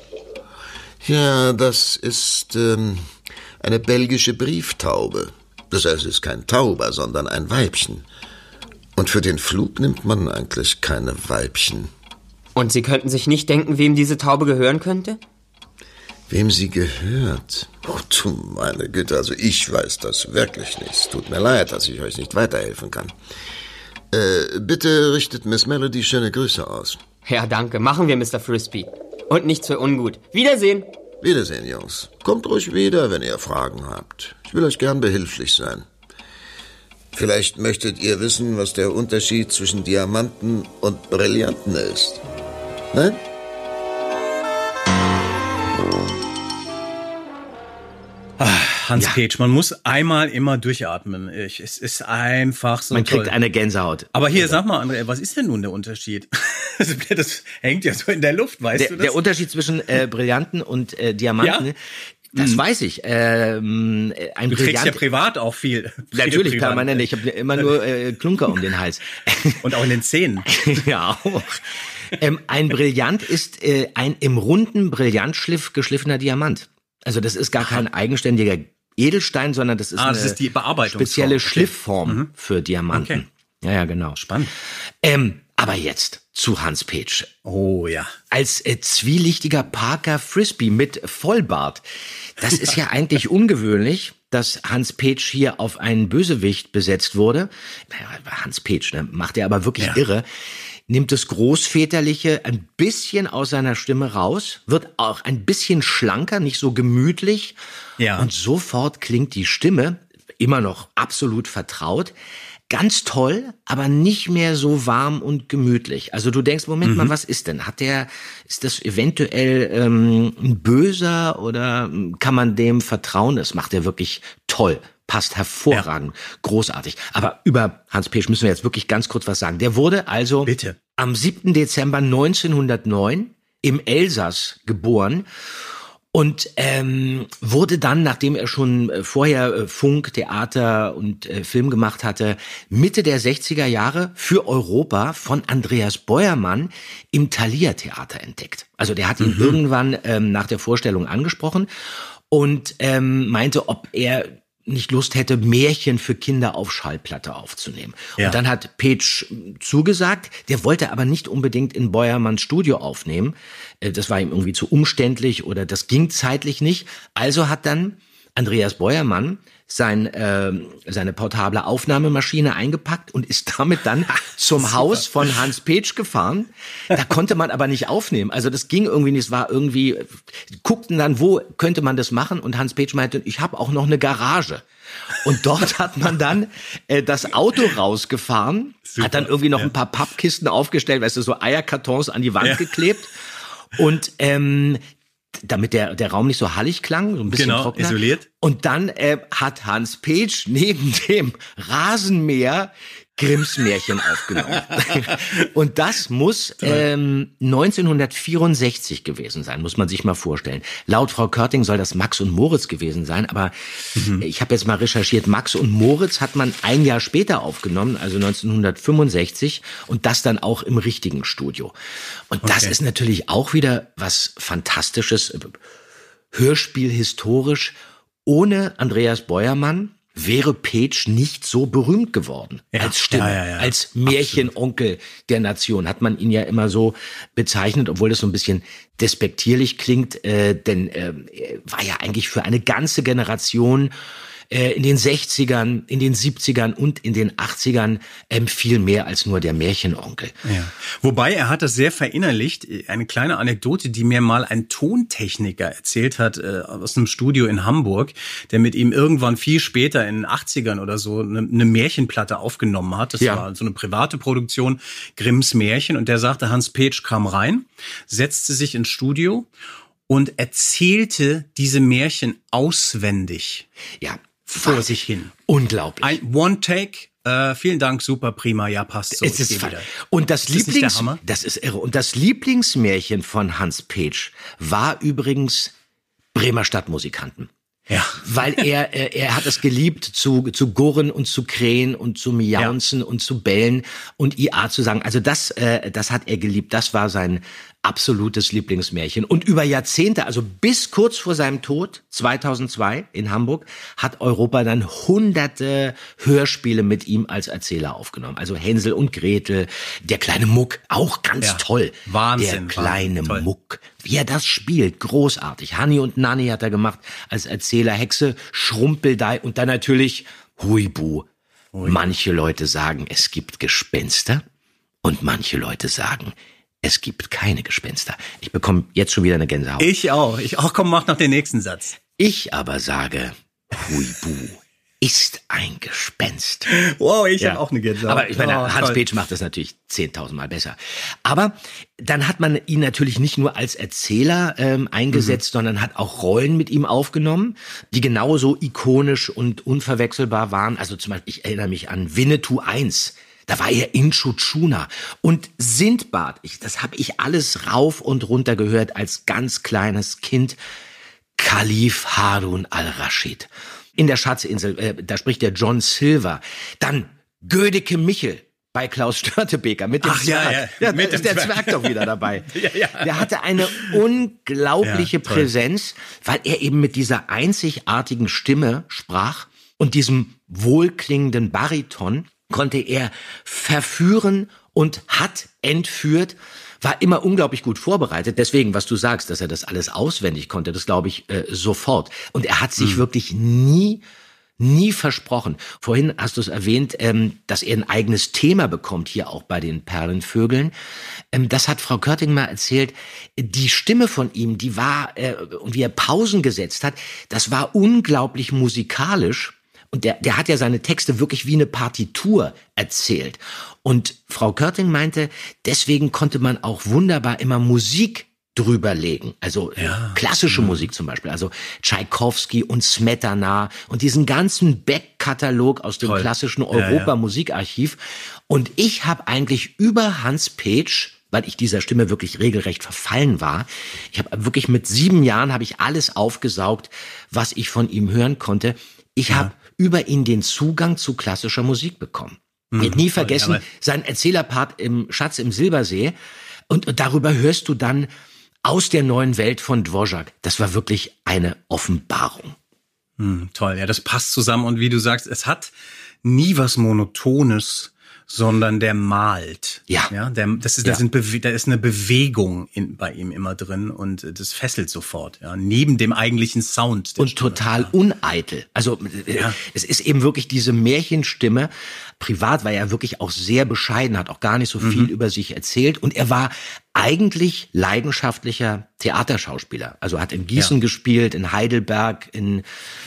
Ja, das ist eine belgische Brieftaube. Das heißt, es ist kein Tauber, sondern ein Weibchen. Und für den Flug nimmt man eigentlich keine Weibchen. Und Sie könnten sich nicht denken, wem diese Taube gehören könnte? Wem sie gehört? Oh, du meine Güte, also ich weiß das wirklich nicht. Es tut mir leid, dass ich euch nicht weiterhelfen kann. Bitte richtet Miss Melody schöne Grüße aus. Ja, danke. Machen wir, Mr. Frisbie. Und nichts für ungut. Wiedersehen. Wiedersehen, Jungs. Kommt ruhig wieder, wenn ihr Fragen habt. Ich will euch gern behilflich sein. Vielleicht möchtet ihr wissen, was der Unterschied zwischen Diamanten und Brillanten ist. Nein? Hans Petsch, man muss einmal immer durchatmen. Es ist einfach so Man toll. kriegt eine Gänsehaut. Aber hier, sag mal, André, was ist denn nun der Unterschied? Das hängt ja so in der Luft, weißt du das? Der Unterschied zwischen Brillanten und Diamanten, das weiß ich. Du kriegst ja privat auch viel. Natürlich, permanent. Ich habe immer nur Klunker um den Hals. Und auch in den Zähnen. Ja, auch. Ein Brillant ist ein im runden Brillantschliff geschliffener Diamant. Also das ist gar kein eigenständiger Edelstein, sondern das ist das ist die spezielle Schliffform für Diamanten. Okay. Ja, genau. Spannend. Aber jetzt zu Hans Petsch. Oh ja. Als zwielichtiger Parker Frisbie mit Vollbart. Das ist ja eigentlich ungewöhnlich, dass Hans Petsch hier auf einen Bösewicht besetzt wurde. Hans Petsch, ne, macht er aber wirklich irre. Nimmt das Großväterliche ein bisschen aus seiner Stimme raus, wird auch ein bisschen schlanker, nicht so gemütlich. Ja. Und sofort klingt die Stimme, immer noch absolut vertraut, ganz toll, aber nicht mehr so warm und gemütlich. Also du denkst, Moment mal, was ist denn? Ist das eventuell ein Böser oder kann man dem vertrauen? Das macht er wirklich toll. Passt hervorragend, großartig. Aber über Hans Petsch müssen wir jetzt wirklich ganz kurz was sagen. Der wurde also am 7. Dezember 1909 im Elsass geboren und wurde dann, nachdem er schon vorher Funk, Theater und Film gemacht hatte, Mitte der 60er Jahre für Europa von Andreas Beuermann im Thalia Theater entdeckt. Also der hat ihn irgendwann nach der Vorstellung angesprochen und meinte, ob er nicht Lust hätte, Märchen für Kinder auf Schallplatte aufzunehmen. Ja. Und dann hat Petsch zugesagt, der wollte aber nicht unbedingt in Beuermanns Studio aufnehmen. Das war ihm irgendwie zu umständlich oder das ging zeitlich nicht. Also hat dann Andreas Beuermann seine portable Aufnahmemaschine eingepackt und ist damit dann zum Haus von Hans Petsch gefahren. Da konnte man aber nicht aufnehmen. Also das ging irgendwie nicht. Es war irgendwie, guckten dann, wo könnte man das machen? Und Hans Petsch meinte, ich habe auch noch eine Garage. Und dort hat man dann das Auto rausgefahren, hat dann irgendwie noch ein paar Pappkisten aufgestellt, weißt du, so Eierkartons an die Wand geklebt. Und damit der Raum nicht so hallig klang, so ein bisschen trockener. Isoliert. Und dann hat Hans Petsch neben dem Rasenmäher Grimms Märchen aufgenommen. Und das muss 1964 gewesen sein, muss man sich mal vorstellen. Laut Frau Körting soll das Max und Moritz gewesen sein, aber ich habe jetzt mal recherchiert, Max und Moritz hat man ein Jahr später aufgenommen, also 1965, und das dann auch im richtigen Studio. Und das ist natürlich auch wieder was Fantastisches, Hörspiel historisch. Ohne Andreas Beuermann wäre Petsch nicht so berühmt geworden als Stimme, als Märchenonkel der Nation. Hat man ihn ja immer so bezeichnet, obwohl das so ein bisschen despektierlich klingt, denn er war ja eigentlich für eine ganze Generation in den 60ern, in den 70ern und in den 80ern viel mehr als nur der Märchenonkel. Ja. Wobei er hat das sehr verinnerlicht. Eine kleine Anekdote, die mir mal ein Tontechniker erzählt hat aus einem Studio in Hamburg, der mit ihm irgendwann viel später in den 80ern oder so eine Märchenplatte aufgenommen hat. Das war so eine private Produktion, Grimms Märchen. Und der sagte, Hans Petsch kam rein, setzte sich ins Studio und erzählte diese Märchen auswendig. Ja. Vor sich hin. Unglaublich. Ein One-Take. Vielen Dank, super, prima, ja, passt so. Es ist und das ist irre. Und das Lieblingsmärchen von Hans Petsch war übrigens Bremer Stadtmusikanten. Ja. Weil er hat es geliebt, zu gurren und zu krähen und zu miaunzen und zu bellen und IA zu sagen. Also das hat er geliebt. Das war sein absolutes Lieblingsmärchen. Und über Jahrzehnte, also bis kurz vor seinem Tod, 2002 in Hamburg, hat Europa dann hunderte Hörspiele mit ihm als Erzähler aufgenommen. Also Hänsel und Gretel, der kleine Muck, auch ganz toll. Wahnsinn. Der kleine Muck. Wie er das spielt, großartig. Hanni und Nanni hat er gemacht als Erzähler, Hexe, Schrumpeldei und dann natürlich Huibu. Manche Leute sagen, es gibt Gespenster und manche Leute sagen, es gibt keine Gespenster. Ich bekomme jetzt schon wieder eine Gänsehaut. Ich auch. Komm, mach noch den nächsten Satz. Ich aber sage, Huibu ist ein Gespenst. Wow, ich habe auch eine Gänsehaut. Aber ich meine, Hans Petsch macht das natürlich 10.000 Mal besser. Aber dann hat man ihn natürlich nicht nur als Erzähler eingesetzt, sondern hat auch Rollen mit ihm aufgenommen, die genauso ikonisch und unverwechselbar waren. Also zum Beispiel, ich erinnere mich an Winnetou 1. Da war er Inchu Tschuna. Und Sindbad, das habe ich alles rauf und runter gehört als ganz kleines Kind. Kalif Harun al-Raschid. In der Schatzinsel, da spricht der John Silver. Dann Gödeke Michel bei Klaus Störtebeker mit dem Zwerg. Ja, mit ist der Zwerg doch wieder dabei. Der hatte eine unglaubliche Präsenz, weil er eben mit dieser einzigartigen Stimme sprach und diesem wohlklingenden Bariton konnte er verführen und hat entführt, war immer unglaublich gut vorbereitet. Deswegen, was du sagst, dass er das alles auswendig konnte, das glaube ich sofort. Und er hat sich wirklich nie versprochen. Vorhin hast du es erwähnt, dass er ein eigenes Thema bekommt, hier auch bei den Perlenvögeln. Das hat Frau Körting mal erzählt. Die Stimme von ihm, die war, und wie er Pausen gesetzt hat, das war unglaublich musikalisch. Und der hat ja seine Texte wirklich wie eine Partitur erzählt. Und Frau Körting meinte, deswegen konnte man auch wunderbar immer Musik drüberlegen. Also klassische Musik zum Beispiel. Also Tschaikowski und Smetana und diesen ganzen Back-Katalog aus dem klassischen Europa-Musikarchiv. Und ich habe eigentlich über Hans Petsch, weil ich dieser Stimme wirklich regelrecht verfallen war. Ich habe wirklich mit 7 Jahren habe ich alles aufgesaugt, was ich von ihm hören konnte. Ich habe über ihn den Zugang zu klassischer Musik bekommen. Ich werde nie vergessen, sein Erzählerpart im Schatz im Silbersee. Und darüber hörst du dann aus der neuen Welt von Dvořák. Das war wirklich eine Offenbarung. Toll, ja, das passt zusammen. Und wie du sagst, es hat nie was Monotones, sondern der malt. Ja. Da ist eine Bewegung bei ihm immer drin und das fesselt sofort. Ja, neben dem eigentlichen Sound. Und Stimme. Total uneitel. Also es ist eben wirklich diese Märchenstimme. Privat war er wirklich auch sehr bescheiden, hat auch gar nicht so viel über sich erzählt und er war eigentlich leidenschaftlicher Theaterschauspieler. Also hat in Gießen gespielt, in Heidelberg, in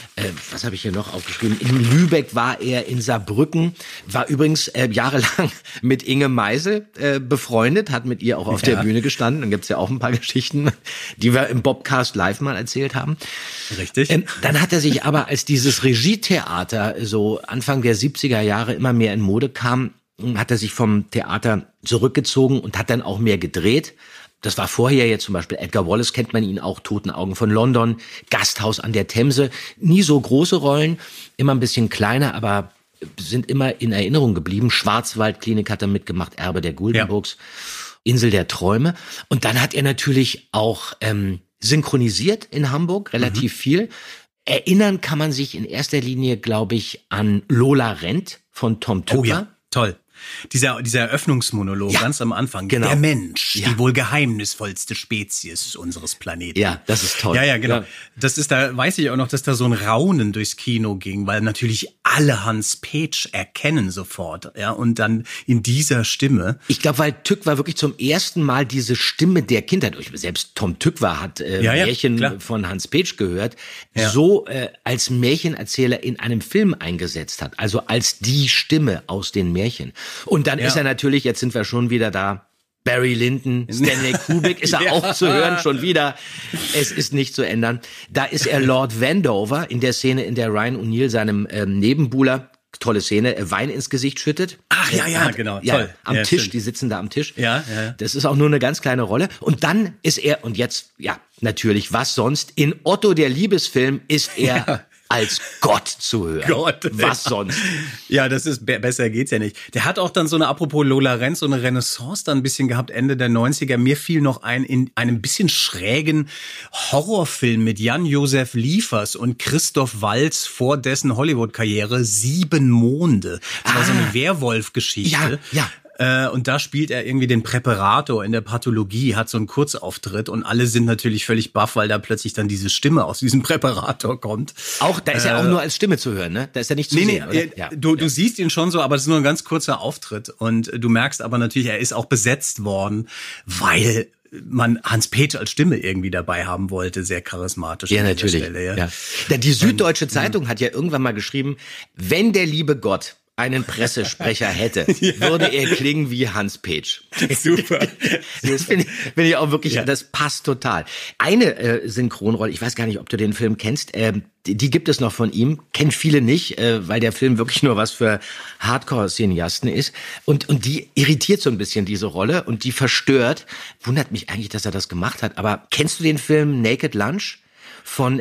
was habe ich hier noch aufgeschrieben? In Lübeck war er, in Saarbrücken, war übrigens jahrelang mit Inge Meisel befreundet, hat mit ihr auch auf der Bühne gestanden. Dann gibt's ja auch ein paar Geschichten, die wir im Bobcast live mal erzählt haben. Richtig. Dann hat er sich aber, als dieses Regietheater so Anfang der 70er Jahre immer mehr in Mode kam, hat er sich vom Theater zurückgezogen und hat dann auch mehr gedreht. Das war vorher jetzt zum Beispiel Edgar Wallace, kennt man ihn auch, Toten Augen von London, Gasthaus an der Themse. Nie so große Rollen, immer ein bisschen kleiner, aber sind immer in Erinnerung geblieben. Schwarzwaldklinik hat er mitgemacht, Erbe der Guldenburgs, Insel der Träume. Und dann hat er natürlich auch synchronisiert in Hamburg, relativ viel. Erinnern kann man sich in erster Linie, glaube ich, an Lola Rent von Tom Tykwer. Oh ja, toll. Dieser Eröffnungsmonolog ganz am Anfang. Genau. Der Mensch, die wohl geheimnisvollste Spezies unseres Planeten. Ja, das ist toll. Ja, genau. Ja. Das ist, da weiß ich auch noch, dass da so ein Raunen durchs Kino ging, weil natürlich alle Hans Petsch erkennen sofort, ja, und dann in dieser Stimme. Ich glaube, weil Tykwer wirklich zum ersten Mal diese Stimme der Kindheit, selbst Tom Tykwer hat Märchen von Hans Petsch gehört, so als Märchenerzähler in einem Film eingesetzt hat, also als die Stimme aus den Märchen. Und dann ist er natürlich, jetzt sind wir schon wieder da, Barry Lyndon, Stanley Kubrick ist er auch zu hören, schon wieder. Es ist nicht zu ändern. Da ist er Lord Vandover in der Szene, in der Ryan O'Neal seinem Nebenbuhler, tolle Szene, Wein ins Gesicht schüttet. Ach ja, genau, toll. Am Tisch, stimmt. Die sitzen da am Tisch. Ja. Das ist auch nur eine ganz kleine Rolle. Und dann ist er, und jetzt, natürlich, was sonst? In Otto, der Liebesfilm, ist er als Gott zu hören. Gott, was sonst? Ja, das ist besser geht's ja nicht. Der hat auch dann so eine, apropos Lola Rent, so eine Renaissance dann ein bisschen gehabt, Ende der 90er. Mir fiel noch in einem bisschen schrägen Horrorfilm mit Jan-Josef Liefers und Christoph Waltz vor dessen Hollywood-Karriere 7 Monde. Das war so eine Werwolf-Geschichte. Ja. Und da spielt er irgendwie den Präparator in der Pathologie, hat so einen Kurzauftritt und alle sind natürlich völlig baff, weil da plötzlich dann diese Stimme aus diesem Präparator kommt. Auch, da ist er auch nur als Stimme zu hören, ne? Da ist er nicht zu sehen, oder? Du siehst ihn schon so, aber es ist nur ein ganz kurzer Auftritt und du merkst aber natürlich, er ist auch besetzt worden, weil man Hans Petsch als Stimme irgendwie dabei haben wollte, sehr charismatisch. Ja, natürlich. Stelle, Die Süddeutsche Zeitung hat ja irgendwann mal geschrieben, wenn der liebe Gott einen Pressesprecher hätte, würde er klingen wie Hans Petsch. Super. Das finde ich auch wirklich, das passt total. Eine Synchronrolle, ich weiß gar nicht, ob du den Film kennst, die gibt es noch von ihm, kennen viele nicht, weil der Film wirklich nur was für Hardcore-Cineasten ist. Und die irritiert so ein bisschen, diese Rolle, und die verstört. Wundert mich eigentlich, dass er das gemacht hat. Aber kennst du den Film Naked Lunch? Von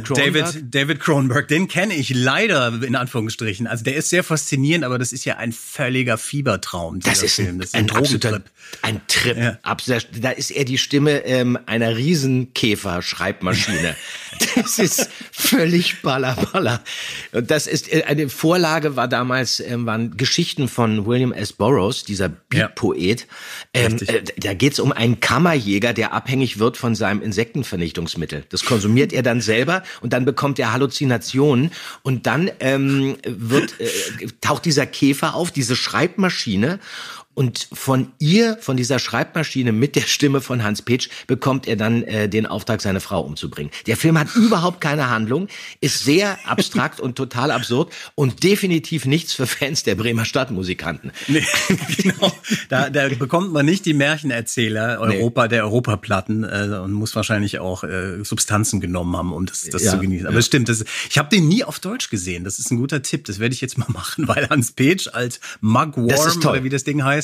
David Cronenberg, den kenne ich leider in Anführungsstrichen. Also der ist sehr faszinierend, aber das ist ja ein völliger Fiebertraum. Das ist ein Drogentrip. Ein Trip. Ja. Da ist er die Stimme einer Riesenkäfer-Schreibmaschine. Das ist völlig baller. Und das ist eine Vorlage, war damals waren Geschichten von William S. Burroughs, dieser Beat-Poet. Da geht's um einen Kammerjäger, der abhängig wird von seinem Insektenvernichtungsmittel. Das konsumiert er dann selber und dann bekommt er Halluzinationen und dann taucht dieser Käfer auf, diese Schreibmaschine. Und von dieser Schreibmaschine mit der Stimme von Hans Petsch bekommt er dann den Auftrag, seine Frau umzubringen. Der Film hat überhaupt keine Handlung, ist sehr abstrakt und total absurd und definitiv nichts für Fans der Bremer Stadtmusikanten. Nee, genau. Da bekommt man nicht die Märchenerzähler der Europaplatten und muss wahrscheinlich auch Substanzen genommen haben, um das zu genießen. Aber es stimmt, ich habe den nie auf Deutsch gesehen. Das ist ein guter Tipp. Das werde ich jetzt mal machen, weil Hans Petsch als Mugworm oder wie das Ding heißt,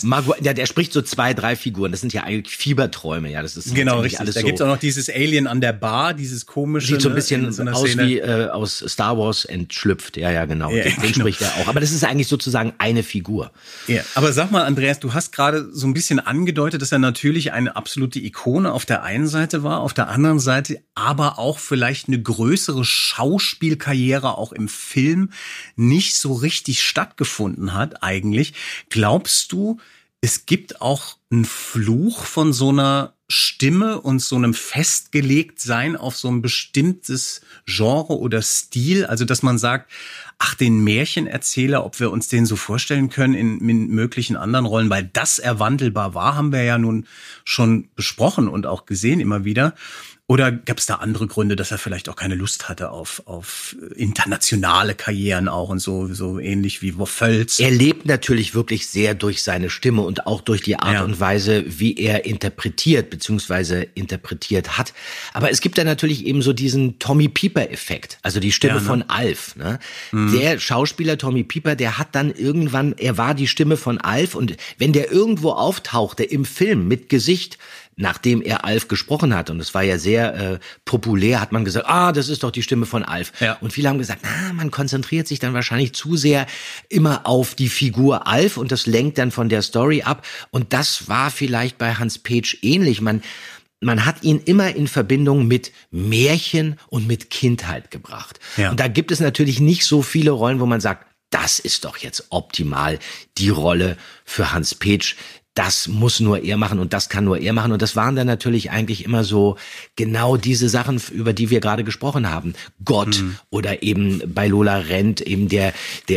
der spricht so 2, 3 Figuren. Das sind ja eigentlich Fieberträume. Ja, das ist genau richtig. Alles da gibt's auch noch dieses Alien an der Bar, dieses komische. Sieht so ein bisschen so aus Szene. wie aus Star Wars entschlüpft. Ja, genau. Ja, den genau. spricht er auch. Aber das ist eigentlich sozusagen eine Figur. Ja, aber sag mal, Andreas, du hast gerade so ein bisschen angedeutet, dass er natürlich eine absolute Ikone auf der einen Seite war, auf der anderen Seite aber auch vielleicht eine größere Schauspielkarriere auch im Film nicht so richtig stattgefunden hat eigentlich. Glaubst du, es gibt auch einen Fluch von so einer Stimme und so einem Festgelegtsein auf so ein bestimmtes Genre oder Stil? Also, dass man sagt, ach, den Märchenerzähler, ob wir uns den so vorstellen können in möglichen anderen Rollen, weil das erwandelbar war, haben wir ja nun schon besprochen und auch gesehen immer wieder. Oder gab es da andere Gründe, dass er vielleicht auch keine Lust hatte auf internationale Karrieren auch und so ähnlich wie Völz? Er lebt natürlich wirklich sehr durch seine Stimme und auch durch die Art und Weise, wie er interpretiert bzw. interpretiert hat. Aber es gibt da natürlich eben so diesen Tommy Pieper-Effekt, also die Stimme von Alf. Ne? Der Schauspieler Tommy Pieper, der hat dann irgendwann, er war die Stimme von Alf und wenn der irgendwo auftauchte im Film mit Gesicht, nachdem er Alf gesprochen hat, und es war ja sehr populär, hat man gesagt, das ist doch die Stimme von Alf. Ja. Und viele haben gesagt, man konzentriert sich dann wahrscheinlich zu sehr immer auf die Figur Alf und das lenkt dann von der Story ab. Und das war vielleicht bei Hans Petsch ähnlich. Man hat ihn immer in Verbindung mit Märchen und mit Kindheit gebracht. Ja. Und da gibt es natürlich nicht so viele Rollen, wo man sagt, das ist doch jetzt optimal die Rolle für Hans Petsch. Das muss nur er machen und das kann nur er machen. Und das waren dann natürlich eigentlich immer so genau diese Sachen, über die wir gerade gesprochen haben. Gott oder eben bei Lola Rent eben der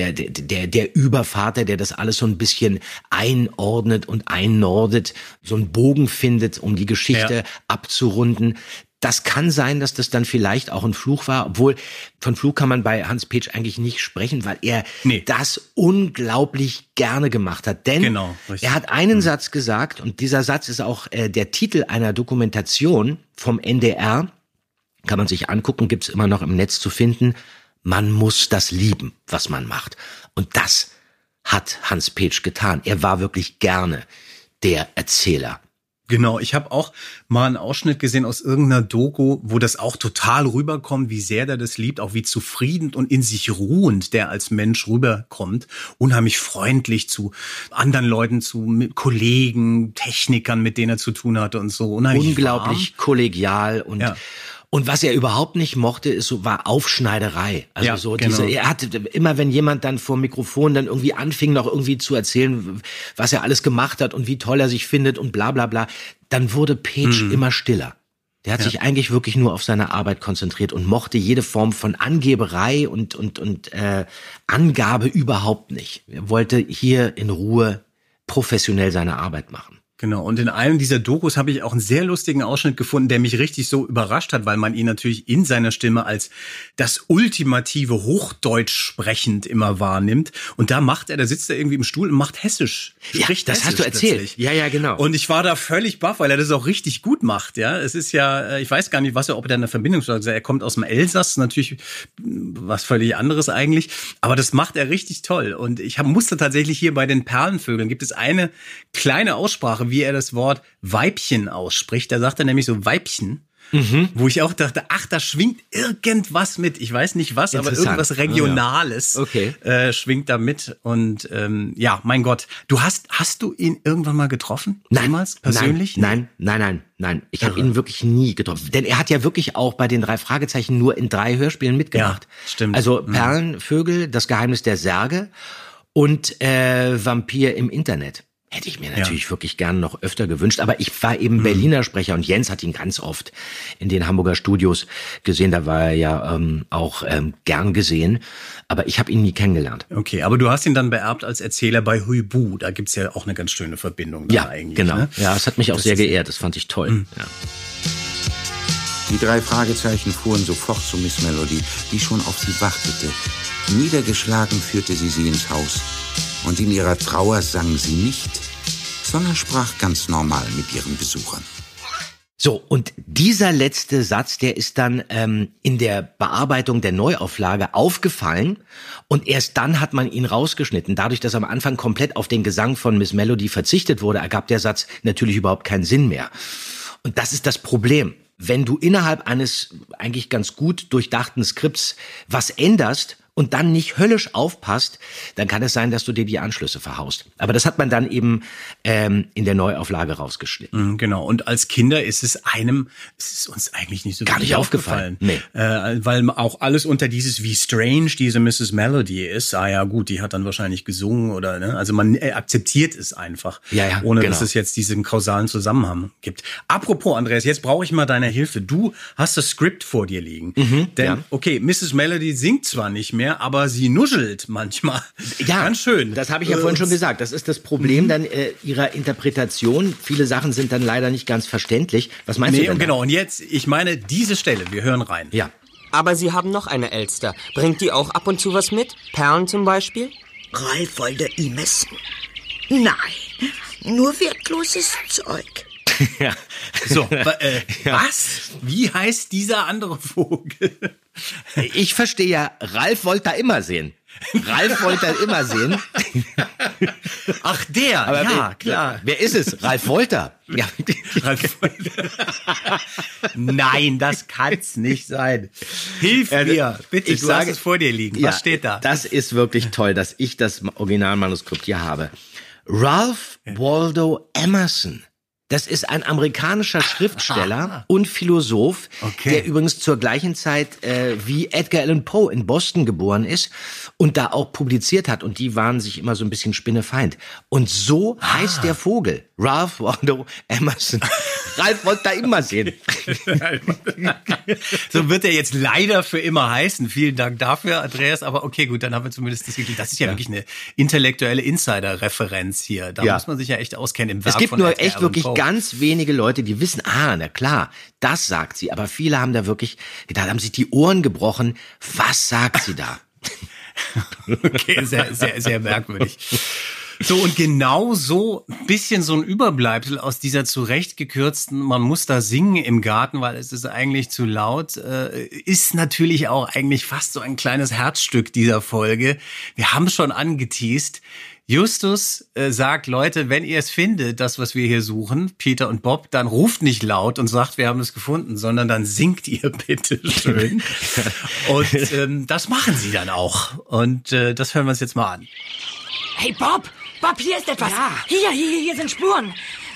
Übervater, der das alles so ein bisschen einordnet und einnordet, so einen Bogen findet, um die Geschichte abzurunden. Das kann sein, dass das dann vielleicht auch ein Fluch war, obwohl von Fluch kann man bei Hans Petsch eigentlich nicht sprechen, weil er das unglaublich gerne gemacht hat. Denn er hat einen Satz gesagt, und dieser Satz ist auch der Titel einer Dokumentation vom NDR, kann man sich angucken, gibt's immer noch im Netz zu finden. Man muss das lieben, was man macht. Und das hat Hans Petsch getan. Er war wirklich gerne der Erzähler. Genau, ich habe auch mal einen Ausschnitt gesehen aus irgendeiner Doku, wo das auch total rüberkommt, wie sehr der das liebt, auch wie zufrieden und in sich ruhend der als Mensch rüberkommt. Unheimlich freundlich zu anderen Leuten, zu Kollegen, Technikern, mit denen er zu tun hatte und so. Unglaublich kollegial und Und was er überhaupt nicht mochte, war Aufschneiderei. Also er hatte immer, wenn jemand dann vor dem Mikrofon dann irgendwie anfing, noch irgendwie zu erzählen, was er alles gemacht hat und wie toll er sich findet und bla bla bla, dann wurde Petsch immer stiller. Der hat sich eigentlich wirklich nur auf seine Arbeit konzentriert und mochte jede Form von Angeberei und Angabe überhaupt nicht. Er wollte hier in Ruhe professionell seine Arbeit machen. Genau, und in einem dieser Dokus habe ich auch einen sehr lustigen Ausschnitt gefunden, der mich richtig so überrascht hat, weil man ihn natürlich in seiner Stimme als das ultimative Hochdeutsch sprechend immer wahrnimmt. Und da sitzt er irgendwie im Stuhl und macht Hessisch. Spricht das Hessisch hast du erzählt. Plötzlich. Ja, genau. Und ich war da völlig baff, weil er das auch richtig gut macht. Ja, es ist ja, ich weiß gar nicht, ob er da eine Verbindung hat. Er kommt aus dem Elsass, natürlich was völlig anderes eigentlich. Aber das macht er richtig toll. Und ich musste tatsächlich hier bei den Perlenvögeln, gibt es eine kleine Aussprache, wie er das Wort Weibchen ausspricht. Da sagt er nämlich so Weibchen, wo ich auch dachte, da schwingt irgendwas mit. Ich weiß nicht was, aber irgendwas Regionales schwingt da mit. Und mein Gott, hast du ihn irgendwann mal getroffen? Jemals? Persönlich? Nein. Ich habe ihn wirklich nie getroffen. Denn er hat ja wirklich auch bei den 3 Fragezeichen nur in 3 Hörspielen mitgemacht. Ja, stimmt. Also Perlenvögel, das Geheimnis der Särge und Vampir im Internet. Hätte ich mir natürlich wirklich gern noch öfter gewünscht. Aber ich war eben Berliner Sprecher und Jens hat ihn ganz oft in den Hamburger Studios gesehen. Da war er ja auch gern gesehen. Aber ich habe ihn nie kennengelernt. Okay, aber du hast ihn dann beerbt als Erzähler bei Huibu. Da gibt's ja auch eine ganz schöne Verbindung. Eigentlich. Genau. Ne? Ja, es hat mich auch sehr geehrt. Das fand ich toll. Ja. Die 3 Fragezeichen fuhren sofort zu Miss Melody, die schon auf sie wartete. Niedergeschlagen führte sie ins Haus. Und in ihrer Trauer sang sie nicht, sondern sprach ganz normal mit ihren Besuchern. So, und dieser letzte Satz, der ist dann in der Bearbeitung der Neuauflage aufgefallen und erst dann hat man ihn rausgeschnitten. Dadurch, dass am Anfang komplett auf den Gesang von Miss Melody verzichtet wurde, ergab der Satz natürlich überhaupt keinen Sinn mehr. Und das ist das Problem. Wenn du innerhalb eines eigentlich ganz gut durchdachten Skripts was änderst und dann nicht höllisch aufpasst, dann kann es sein, dass du dir die Anschlüsse verhaust. Aber das hat man dann eben in der Neuauflage rausgeschnitten. Genau, und als Kinder ist es uns eigentlich nicht so gar nicht aufgefallen. Nee. Weil auch alles unter dieses, wie strange diese Mrs. Melody ist. Ah ja, gut, die hat dann wahrscheinlich gesungen oder, ne? Also man akzeptiert es einfach, ohne dass es jetzt diesen kausalen Zusammenhang gibt. Apropos, Andreas, jetzt brauche ich mal deine Hilfe. Du hast das Skript vor dir liegen. Denn, okay, Mrs. Melody singt zwar nicht mehr, aber sie nuschelt manchmal. Ja, ganz schön. Das habe ich ja vorhin schon gesagt. Das ist das Problem dann ihrer Interpretation. Viele Sachen sind dann leider nicht ganz verständlich. Was meinst du denn? Genau, und jetzt, ich meine diese Stelle, wir hören rein. Ja. Aber Sie haben noch eine Elster. Bringt die auch ab und zu was mit? Perlen zum Beispiel? Ralf wollte Imessen. Nein, nur wertloses Zeug. Ja. So, was? Wie heißt dieser andere Vogel? Ich verstehe ja, Ralf wollte da immer sehen. Ralf wollte da immer sehen. Ach, der, aber ja, klar. Wer ist es? Ralf Wolter. Ja. Ralf Wolter. Nein, das kann's nicht sein. Hilf mir, bitte, du hast es vor dir liegen. Was steht da? Das ist wirklich toll, dass ich das Originalmanuskript hier habe. Ralph Waldo Emerson. Das ist ein amerikanischer Schriftsteller und Philosoph, der übrigens zur gleichen Zeit wie Edgar Allan Poe in Boston geboren ist und da auch publiziert hat. Und die waren sich immer so ein bisschen spinnefeind. Und so heißt der Vogel. Ralph Waldo Emerson. Ralf wollte da immer sehen. So wird er jetzt leider für immer heißen. Vielen Dank dafür, Andreas. Aber okay, gut, dann haben wir zumindest das gekriegt. Das ist ja wirklich eine intellektuelle Insider-Referenz hier. Da muss man sich ja echt auskennen im Werk von Es gibt nur Edgar echt Allan wirklich Poe. ganz wenige Leute, die wissen, na klar, das sagt sie. Aber viele haben da wirklich gedacht, haben sich die Ohren gebrochen. Was sagt sie da? Okay, sehr, sehr, sehr merkwürdig. So, und genau so ein bisschen so ein Überbleibsel aus dieser zurechtgekürzten, man muss da singen im Garten, weil es ist eigentlich zu laut, ist natürlich auch eigentlich fast so ein kleines Herzstück dieser Folge. Wir haben es schon angeteast. Justus sagt, Leute, wenn ihr es findet, das, was wir hier suchen, Peter und Bob, dann ruft nicht laut und sagt, wir haben es gefunden, sondern dann singt ihr bitte schön. Und das machen sie dann auch. Und das hören wir uns jetzt mal an. Hey, Bob! Bob, hier ist etwas. Ja. Hier sind Spuren.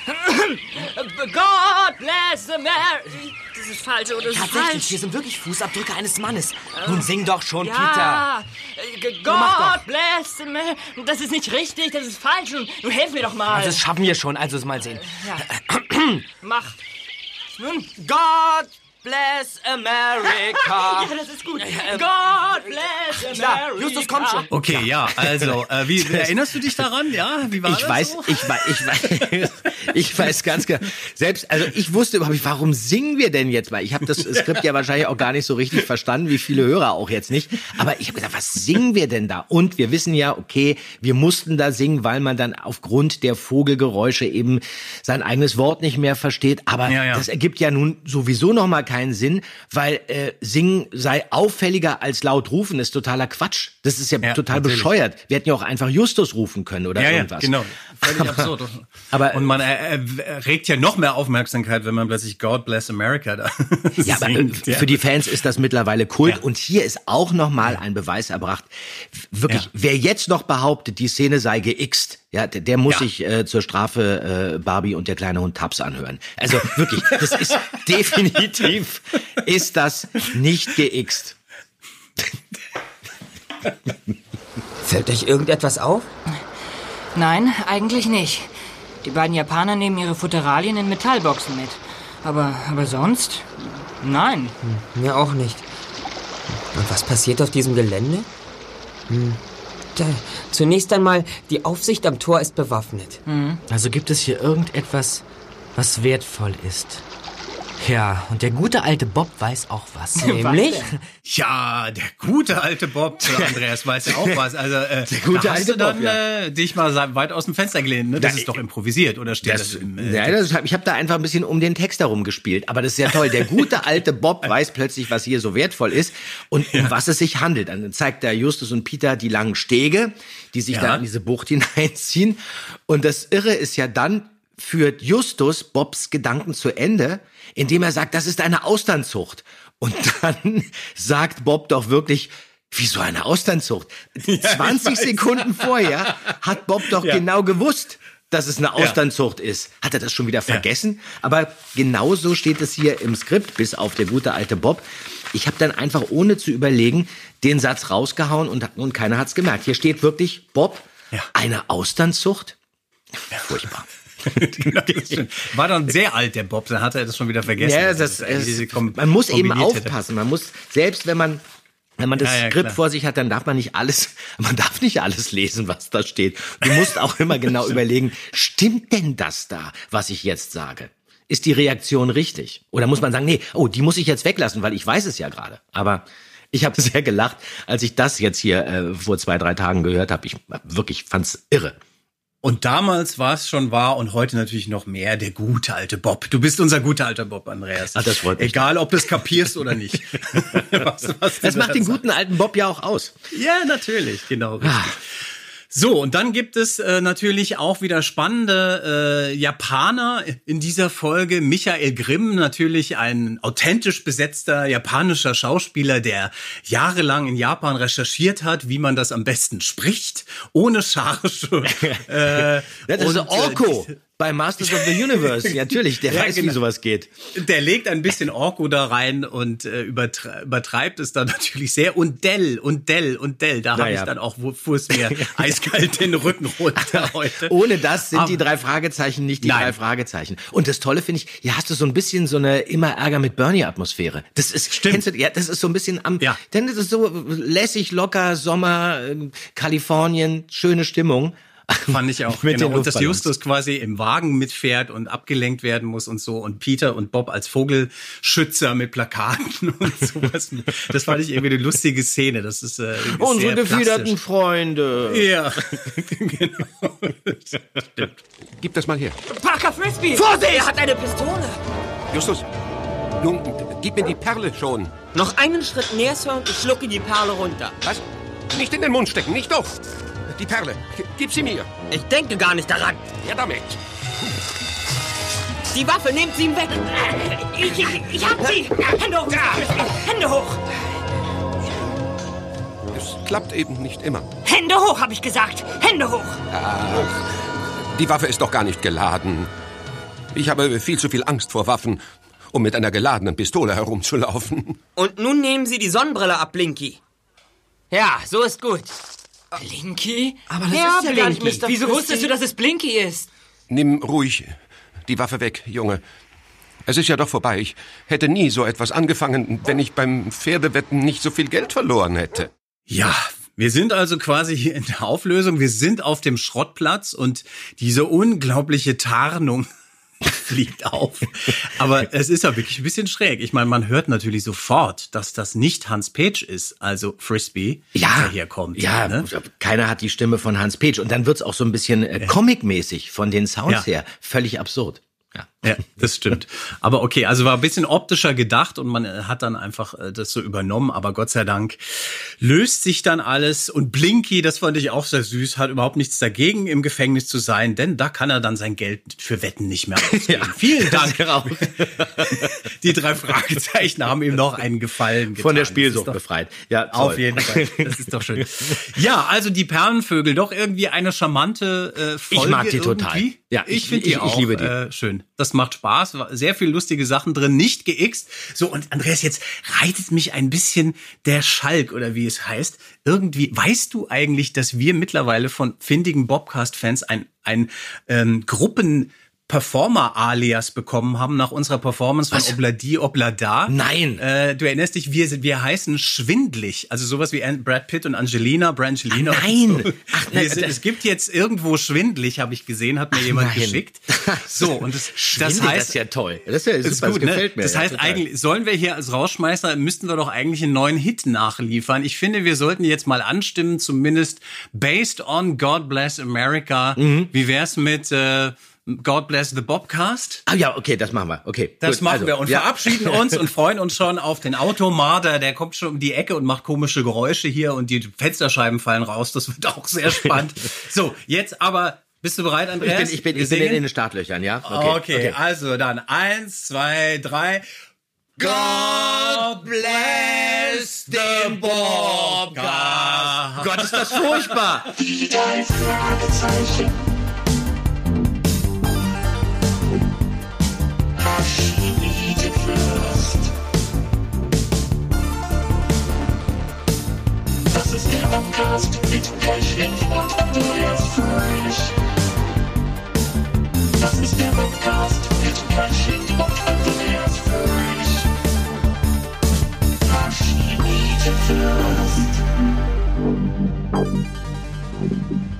God bless America. Das ist falsch, oder? Das ist Tatsächlich, falsch. hier sind wirklich Fußabdrücke eines Mannes. Nun sing doch schon, Ja, Peter. God bless America. Das ist nicht richtig, das ist falsch. Nun helf mir doch mal. Also das schaffen wir schon, also mal sehen. Ja. Mach. Nun. God bless America. Ja, das ist gut. God bless Ja, America. Justus, komm schon. Okay, ja, also, wie erinnerst du dich daran? Ja, wie war das so? Ich weiß ganz genau. Selbst, also ich wusste überhaupt nicht, warum singen wir denn jetzt? Weil ich habe das Skript ja wahrscheinlich auch gar nicht so richtig verstanden, wie viele Hörer auch jetzt nicht. Aber ich habe gedacht, was singen wir denn da? Und wir wissen ja, okay, wir mussten da singen, weil man dann aufgrund der Vogelgeräusche eben sein eigenes Wort nicht mehr versteht. Aber das ergibt ja nun sowieso noch mal keinen Sinn, weil singen sei auffälliger als laut rufen, ist totaler Quatsch. Das ist ja total bescheuert. Wir hätten ja auch einfach Justus rufen können oder irgendwas. Ja, genau. Völlig absurd. Aber, und man regt ja noch mehr Aufmerksamkeit, wenn man plötzlich God bless America da ja, singt. Aber für die Fans ist das mittlerweile Kult. Ja. Und hier ist auch noch mal ein Beweis erbracht. Wirklich, wer jetzt noch behauptet, die Szene sei geixt, ja, der muss sich zur Strafe Barbie und der kleine Hund Taps anhören. Also wirklich, das ist definitiv, ist das nicht geixt. Fällt euch irgendetwas auf? Nein, eigentlich nicht. Die beiden Japaner nehmen ihre Futteralien in Metallboxen mit. Aber sonst? Nein. Mir auch nicht. Und was passiert auf diesem Gelände? Zunächst einmal, die Aufsicht am Tor ist bewaffnet. Also gibt es hier irgendetwas, was wertvoll ist. Ja, und der gute alte Bob weiß auch was. Nämlich? Ja, der gute alte Bob, Andreas weiß ja auch was. Also, der gute da hast alte du dann Bob, ja. dich mal weit aus dem Fenster gelehnt. Ne? Das ist doch improvisiert, oder steht das im ich habe da einfach ein bisschen um den Text herum gespielt. Aber das ist ja toll. Der gute alte Bob weiß plötzlich, was hier so wertvoll ist und um was es sich handelt. Dann zeigt der Justus und Peter die langen Stege, die sich da in diese Bucht hineinziehen. Und das Irre ist ja, dann führt Justus Bobs Gedanken zu Ende, indem er sagt, das ist eine Austernzucht. Und dann sagt Bob doch wirklich, wieso eine Austernzucht? 20 Sekunden vorher hat Bob doch genau gewusst, dass es eine Austernzucht ist. Hat er das schon wieder vergessen? Aber genauso steht es hier im Skript, bis auf der gute alte Bob. Ich habe dann einfach, ohne zu überlegen, den Satz rausgehauen und keiner hat's gemerkt. Hier steht wirklich, Bob, eine Austernzucht? Furchtbar. War dann sehr alt, der Bob, dann hat er das schon wieder vergessen. Ja, man muss eben aufpassen. Man muss, selbst wenn man das Skript vor sich hat, dann darf man darf nicht alles lesen, was da steht. Du musst auch immer genau überlegen, stimmt denn das da, was ich jetzt sage? Ist die Reaktion richtig? Oder muss man sagen, nee, die muss ich jetzt weglassen, weil ich weiß es ja gerade. Aber ich habe sehr gelacht, als ich das jetzt hier vor 2-3 Tagen gehört habe. Ich wirklich fand's irre. Und damals war es schon wahr und heute natürlich noch mehr der gute alte Bob. Du bist unser guter alter Bob, Andreas. Ach, das freut mich. Egal, ob du es kapierst oder nicht. Das macht den guten alten Bob ja auch aus. Ja, natürlich, genau. Richtig. So, und dann gibt es natürlich auch wieder spannende Japaner in dieser Folge. Michael Grimm, natürlich ein authentisch besetzter japanischer Schauspieler, der jahrelang in Japan recherchiert hat, wie man das am besten spricht, ohne Charge. Das ist Orko. Bei Masters of the Universe, natürlich, der weiß, wie sowas geht. Der legt ein bisschen Orko da rein und übertreibt es dann natürlich sehr. Und Dell. Da habe ich dann auch, fuhr es mir eiskalt den Rücken runter heute. Ohne das sind die 3 Fragezeichen nicht die 3 Fragezeichen. Und das Tolle finde ich, hier hast du so ein bisschen so eine immer Ärger mit Bernie-Atmosphäre. Das ist, stimmt. Das ist so ein bisschen denn das ist so lässig, locker, Sommer, Kalifornien, schöne Stimmung. Fand ich auch. Genau. Und dass Justus quasi im Wagen mitfährt und abgelenkt werden muss und so. Und Peter und Bob als Vogelschützer mit Plakaten und sowas. Das fand ich irgendwie eine lustige Szene. Das ist unsere gefiederten Freunde. Ja, genau. Stimmt. Gib das mal her. Parker Frisbee! Vorsicht! Er hat eine Pistole! Justus, nun, gib mir die Perle schon. Noch einen Schritt näher, Sir, und ich schlucke die Perle runter. Was? Nicht in den Mund stecken, nicht doch. Die Perle, gib sie mir. Ich denke gar nicht daran. Ja, damit. Die Waffe, nehmt sie ihm weg. Ich hab sie. Hände hoch. Hände hoch. Es klappt eben nicht immer. Hände hoch, habe ich gesagt. Hände hoch. Ach, die Waffe ist doch gar nicht geladen. Ich habe viel zu viel Angst vor Waffen, um mit einer geladenen Pistole herumzulaufen. Und nun nehmen Sie die Sonnenbrille ab, Blinky. Ja, so ist gut. Blinky? Aber das ist ja gar nicht Mr. Wieso wusstest du, dass es Blinky ist? Nimm ruhig die Waffe weg, Junge. Es ist ja doch vorbei. Ich hätte nie so etwas angefangen, wenn ich beim Pferdewetten nicht so viel Geld verloren hätte. Ja, wir sind also quasi hier in der Auflösung. Wir sind auf dem Schrottplatz und diese unglaubliche Tarnung fliegt auf. Aber es ist ja wirklich ein bisschen schräg. Ich meine, man hört natürlich sofort, dass das nicht Hans Petsch ist, also Frisbee, der hier kommt. Ja, ne? Keiner hat die Stimme von Hans Petsch. Und dann wird's auch so ein bisschen comic-mäßig von den Sounds her. Völlig absurd. Ja, das stimmt. Aber okay, also war ein bisschen optischer gedacht und man hat dann einfach das so übernommen. Aber Gott sei Dank löst sich dann alles. Und Blinky, das fand ich auch sehr süß, hat überhaupt nichts dagegen, im Gefängnis zu sein, denn da kann er dann sein Geld für Wetten nicht mehr ausgeben. Vielen Dank. Die 3 Fragezeichen haben ihm noch einen Gefallen getan. Von der Spielsucht befreit. Ja, toll. Auf jeden Fall. Das ist doch schön. Ja, also die Perlenvögel, doch irgendwie eine charmante Folge. Ich mag die irgendwie. total. Ja, ich finde die auch. Ich liebe die. Schön. Das macht Spaß. Sehr viel lustige Sachen drin, nicht geixt. So, und Andreas, jetzt reitet mich ein bisschen der Schalk, oder wie es heißt. Irgendwie, weißt du eigentlich, dass wir mittlerweile von findigen Bobcast-Fans ein Performer-Alias bekommen haben nach unserer Performance von Obladi Oblada. Nein. Du erinnerst dich, wir heißen schwindlig. Also sowas wie Brad Pitt und Angelina, Brangelina. Nein. So. Es gibt jetzt irgendwo schwindlig, habe ich gesehen, hat mir jemand geschickt. So, und das heißt, das ist ja toll. Das ist super, gut, das gefällt mir. Das heißt, eigentlich sollen wir hier als Rausschmeißer, müssten wir doch eigentlich einen neuen Hit nachliefern. Ich finde, wir sollten jetzt mal anstimmen, zumindest based on God Bless America. Wie wär's mit God Bless the Bobcast? Ah ja, okay, das machen wir. Okay, das machen wir und verabschieden uns und freuen uns schon auf den Automarder. Der kommt schon um die Ecke und macht komische Geräusche hier und die Fensterscheiben fallen raus. Das wird auch sehr spannend. So, jetzt aber, bist du bereit, Andreas? Ich bin in den Startlöchern, ja? Okay, also dann 1, 2, 3. God bless the Bobcast. Gott, ist das furchtbar. Die 3 Fragezeichen. Das ist der Podcast mit Pechling und Andreas Fröhlich. Das ist der Podcast mit Pechling und Andreas Fröhlich. Maschinite Fürst.